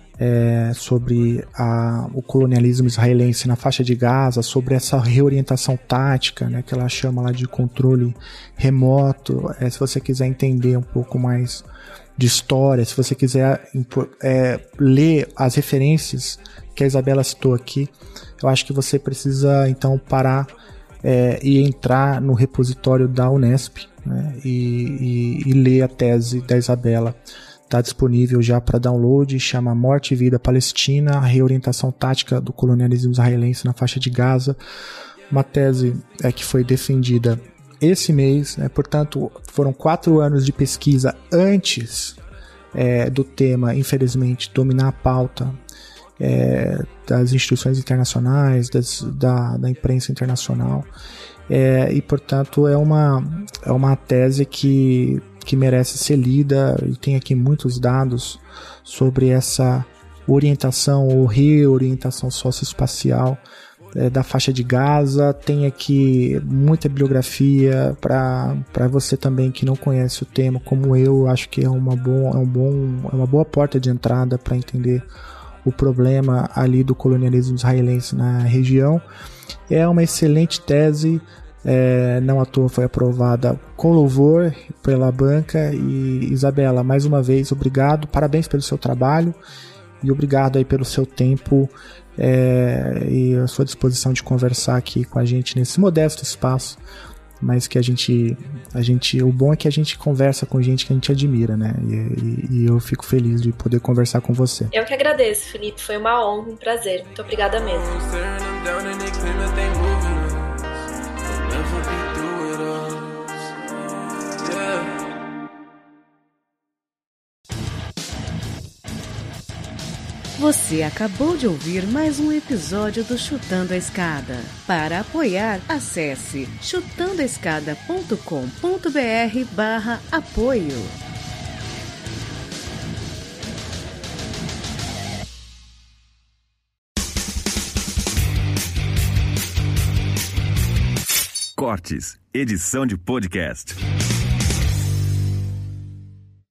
sobre o colonialismo israelense na faixa de Gaza, sobre essa reorientação tática, né, que ela chama lá de controle remoto, se você quiser entender um pouco mais de história, se você quiser ler as referências que a Isabela citou aqui, eu acho que você precisa então parar e entrar no repositório da Unesp, né, e ler a tese da Isabela. Está disponível já para download, chama Morte e Vida Palestina, a reorientação tática do colonialismo israelense na faixa de Gaza, uma tese que foi defendida esse mês, né? Portanto, foram 4 anos de pesquisa antes do tema, infelizmente, dominar a pauta das instituições internacionais, da imprensa internacional, e, portanto, é uma tese que merece ser lida, e tem aqui muitos dados sobre essa orientação ou reorientação socioespacial da faixa de Gaza. Tem aqui muita bibliografia para você também que não conhece o tema, como eu acho que é uma boa porta de entrada para entender o problema ali do colonialismo israelense na região. É uma excelente tese. Não à toa foi aprovada com louvor pela banca. E Isabela, mais uma vez, obrigado, parabéns pelo seu trabalho e obrigado aí pelo seu tempo e a sua disposição de conversar aqui com a gente nesse modesto espaço, mas que a gente o bom é que a gente conversa com gente que a gente admira, né? E eu fico feliz de poder conversar com você. Eu que agradeço, Felipe, foi uma honra, um prazer, muito obrigada mesmo. Você acabou de ouvir mais um episódio do Chutando a Escada. Para apoiar, acesse chutandoaescada.com.br/apoio. Cortes, edição de podcast.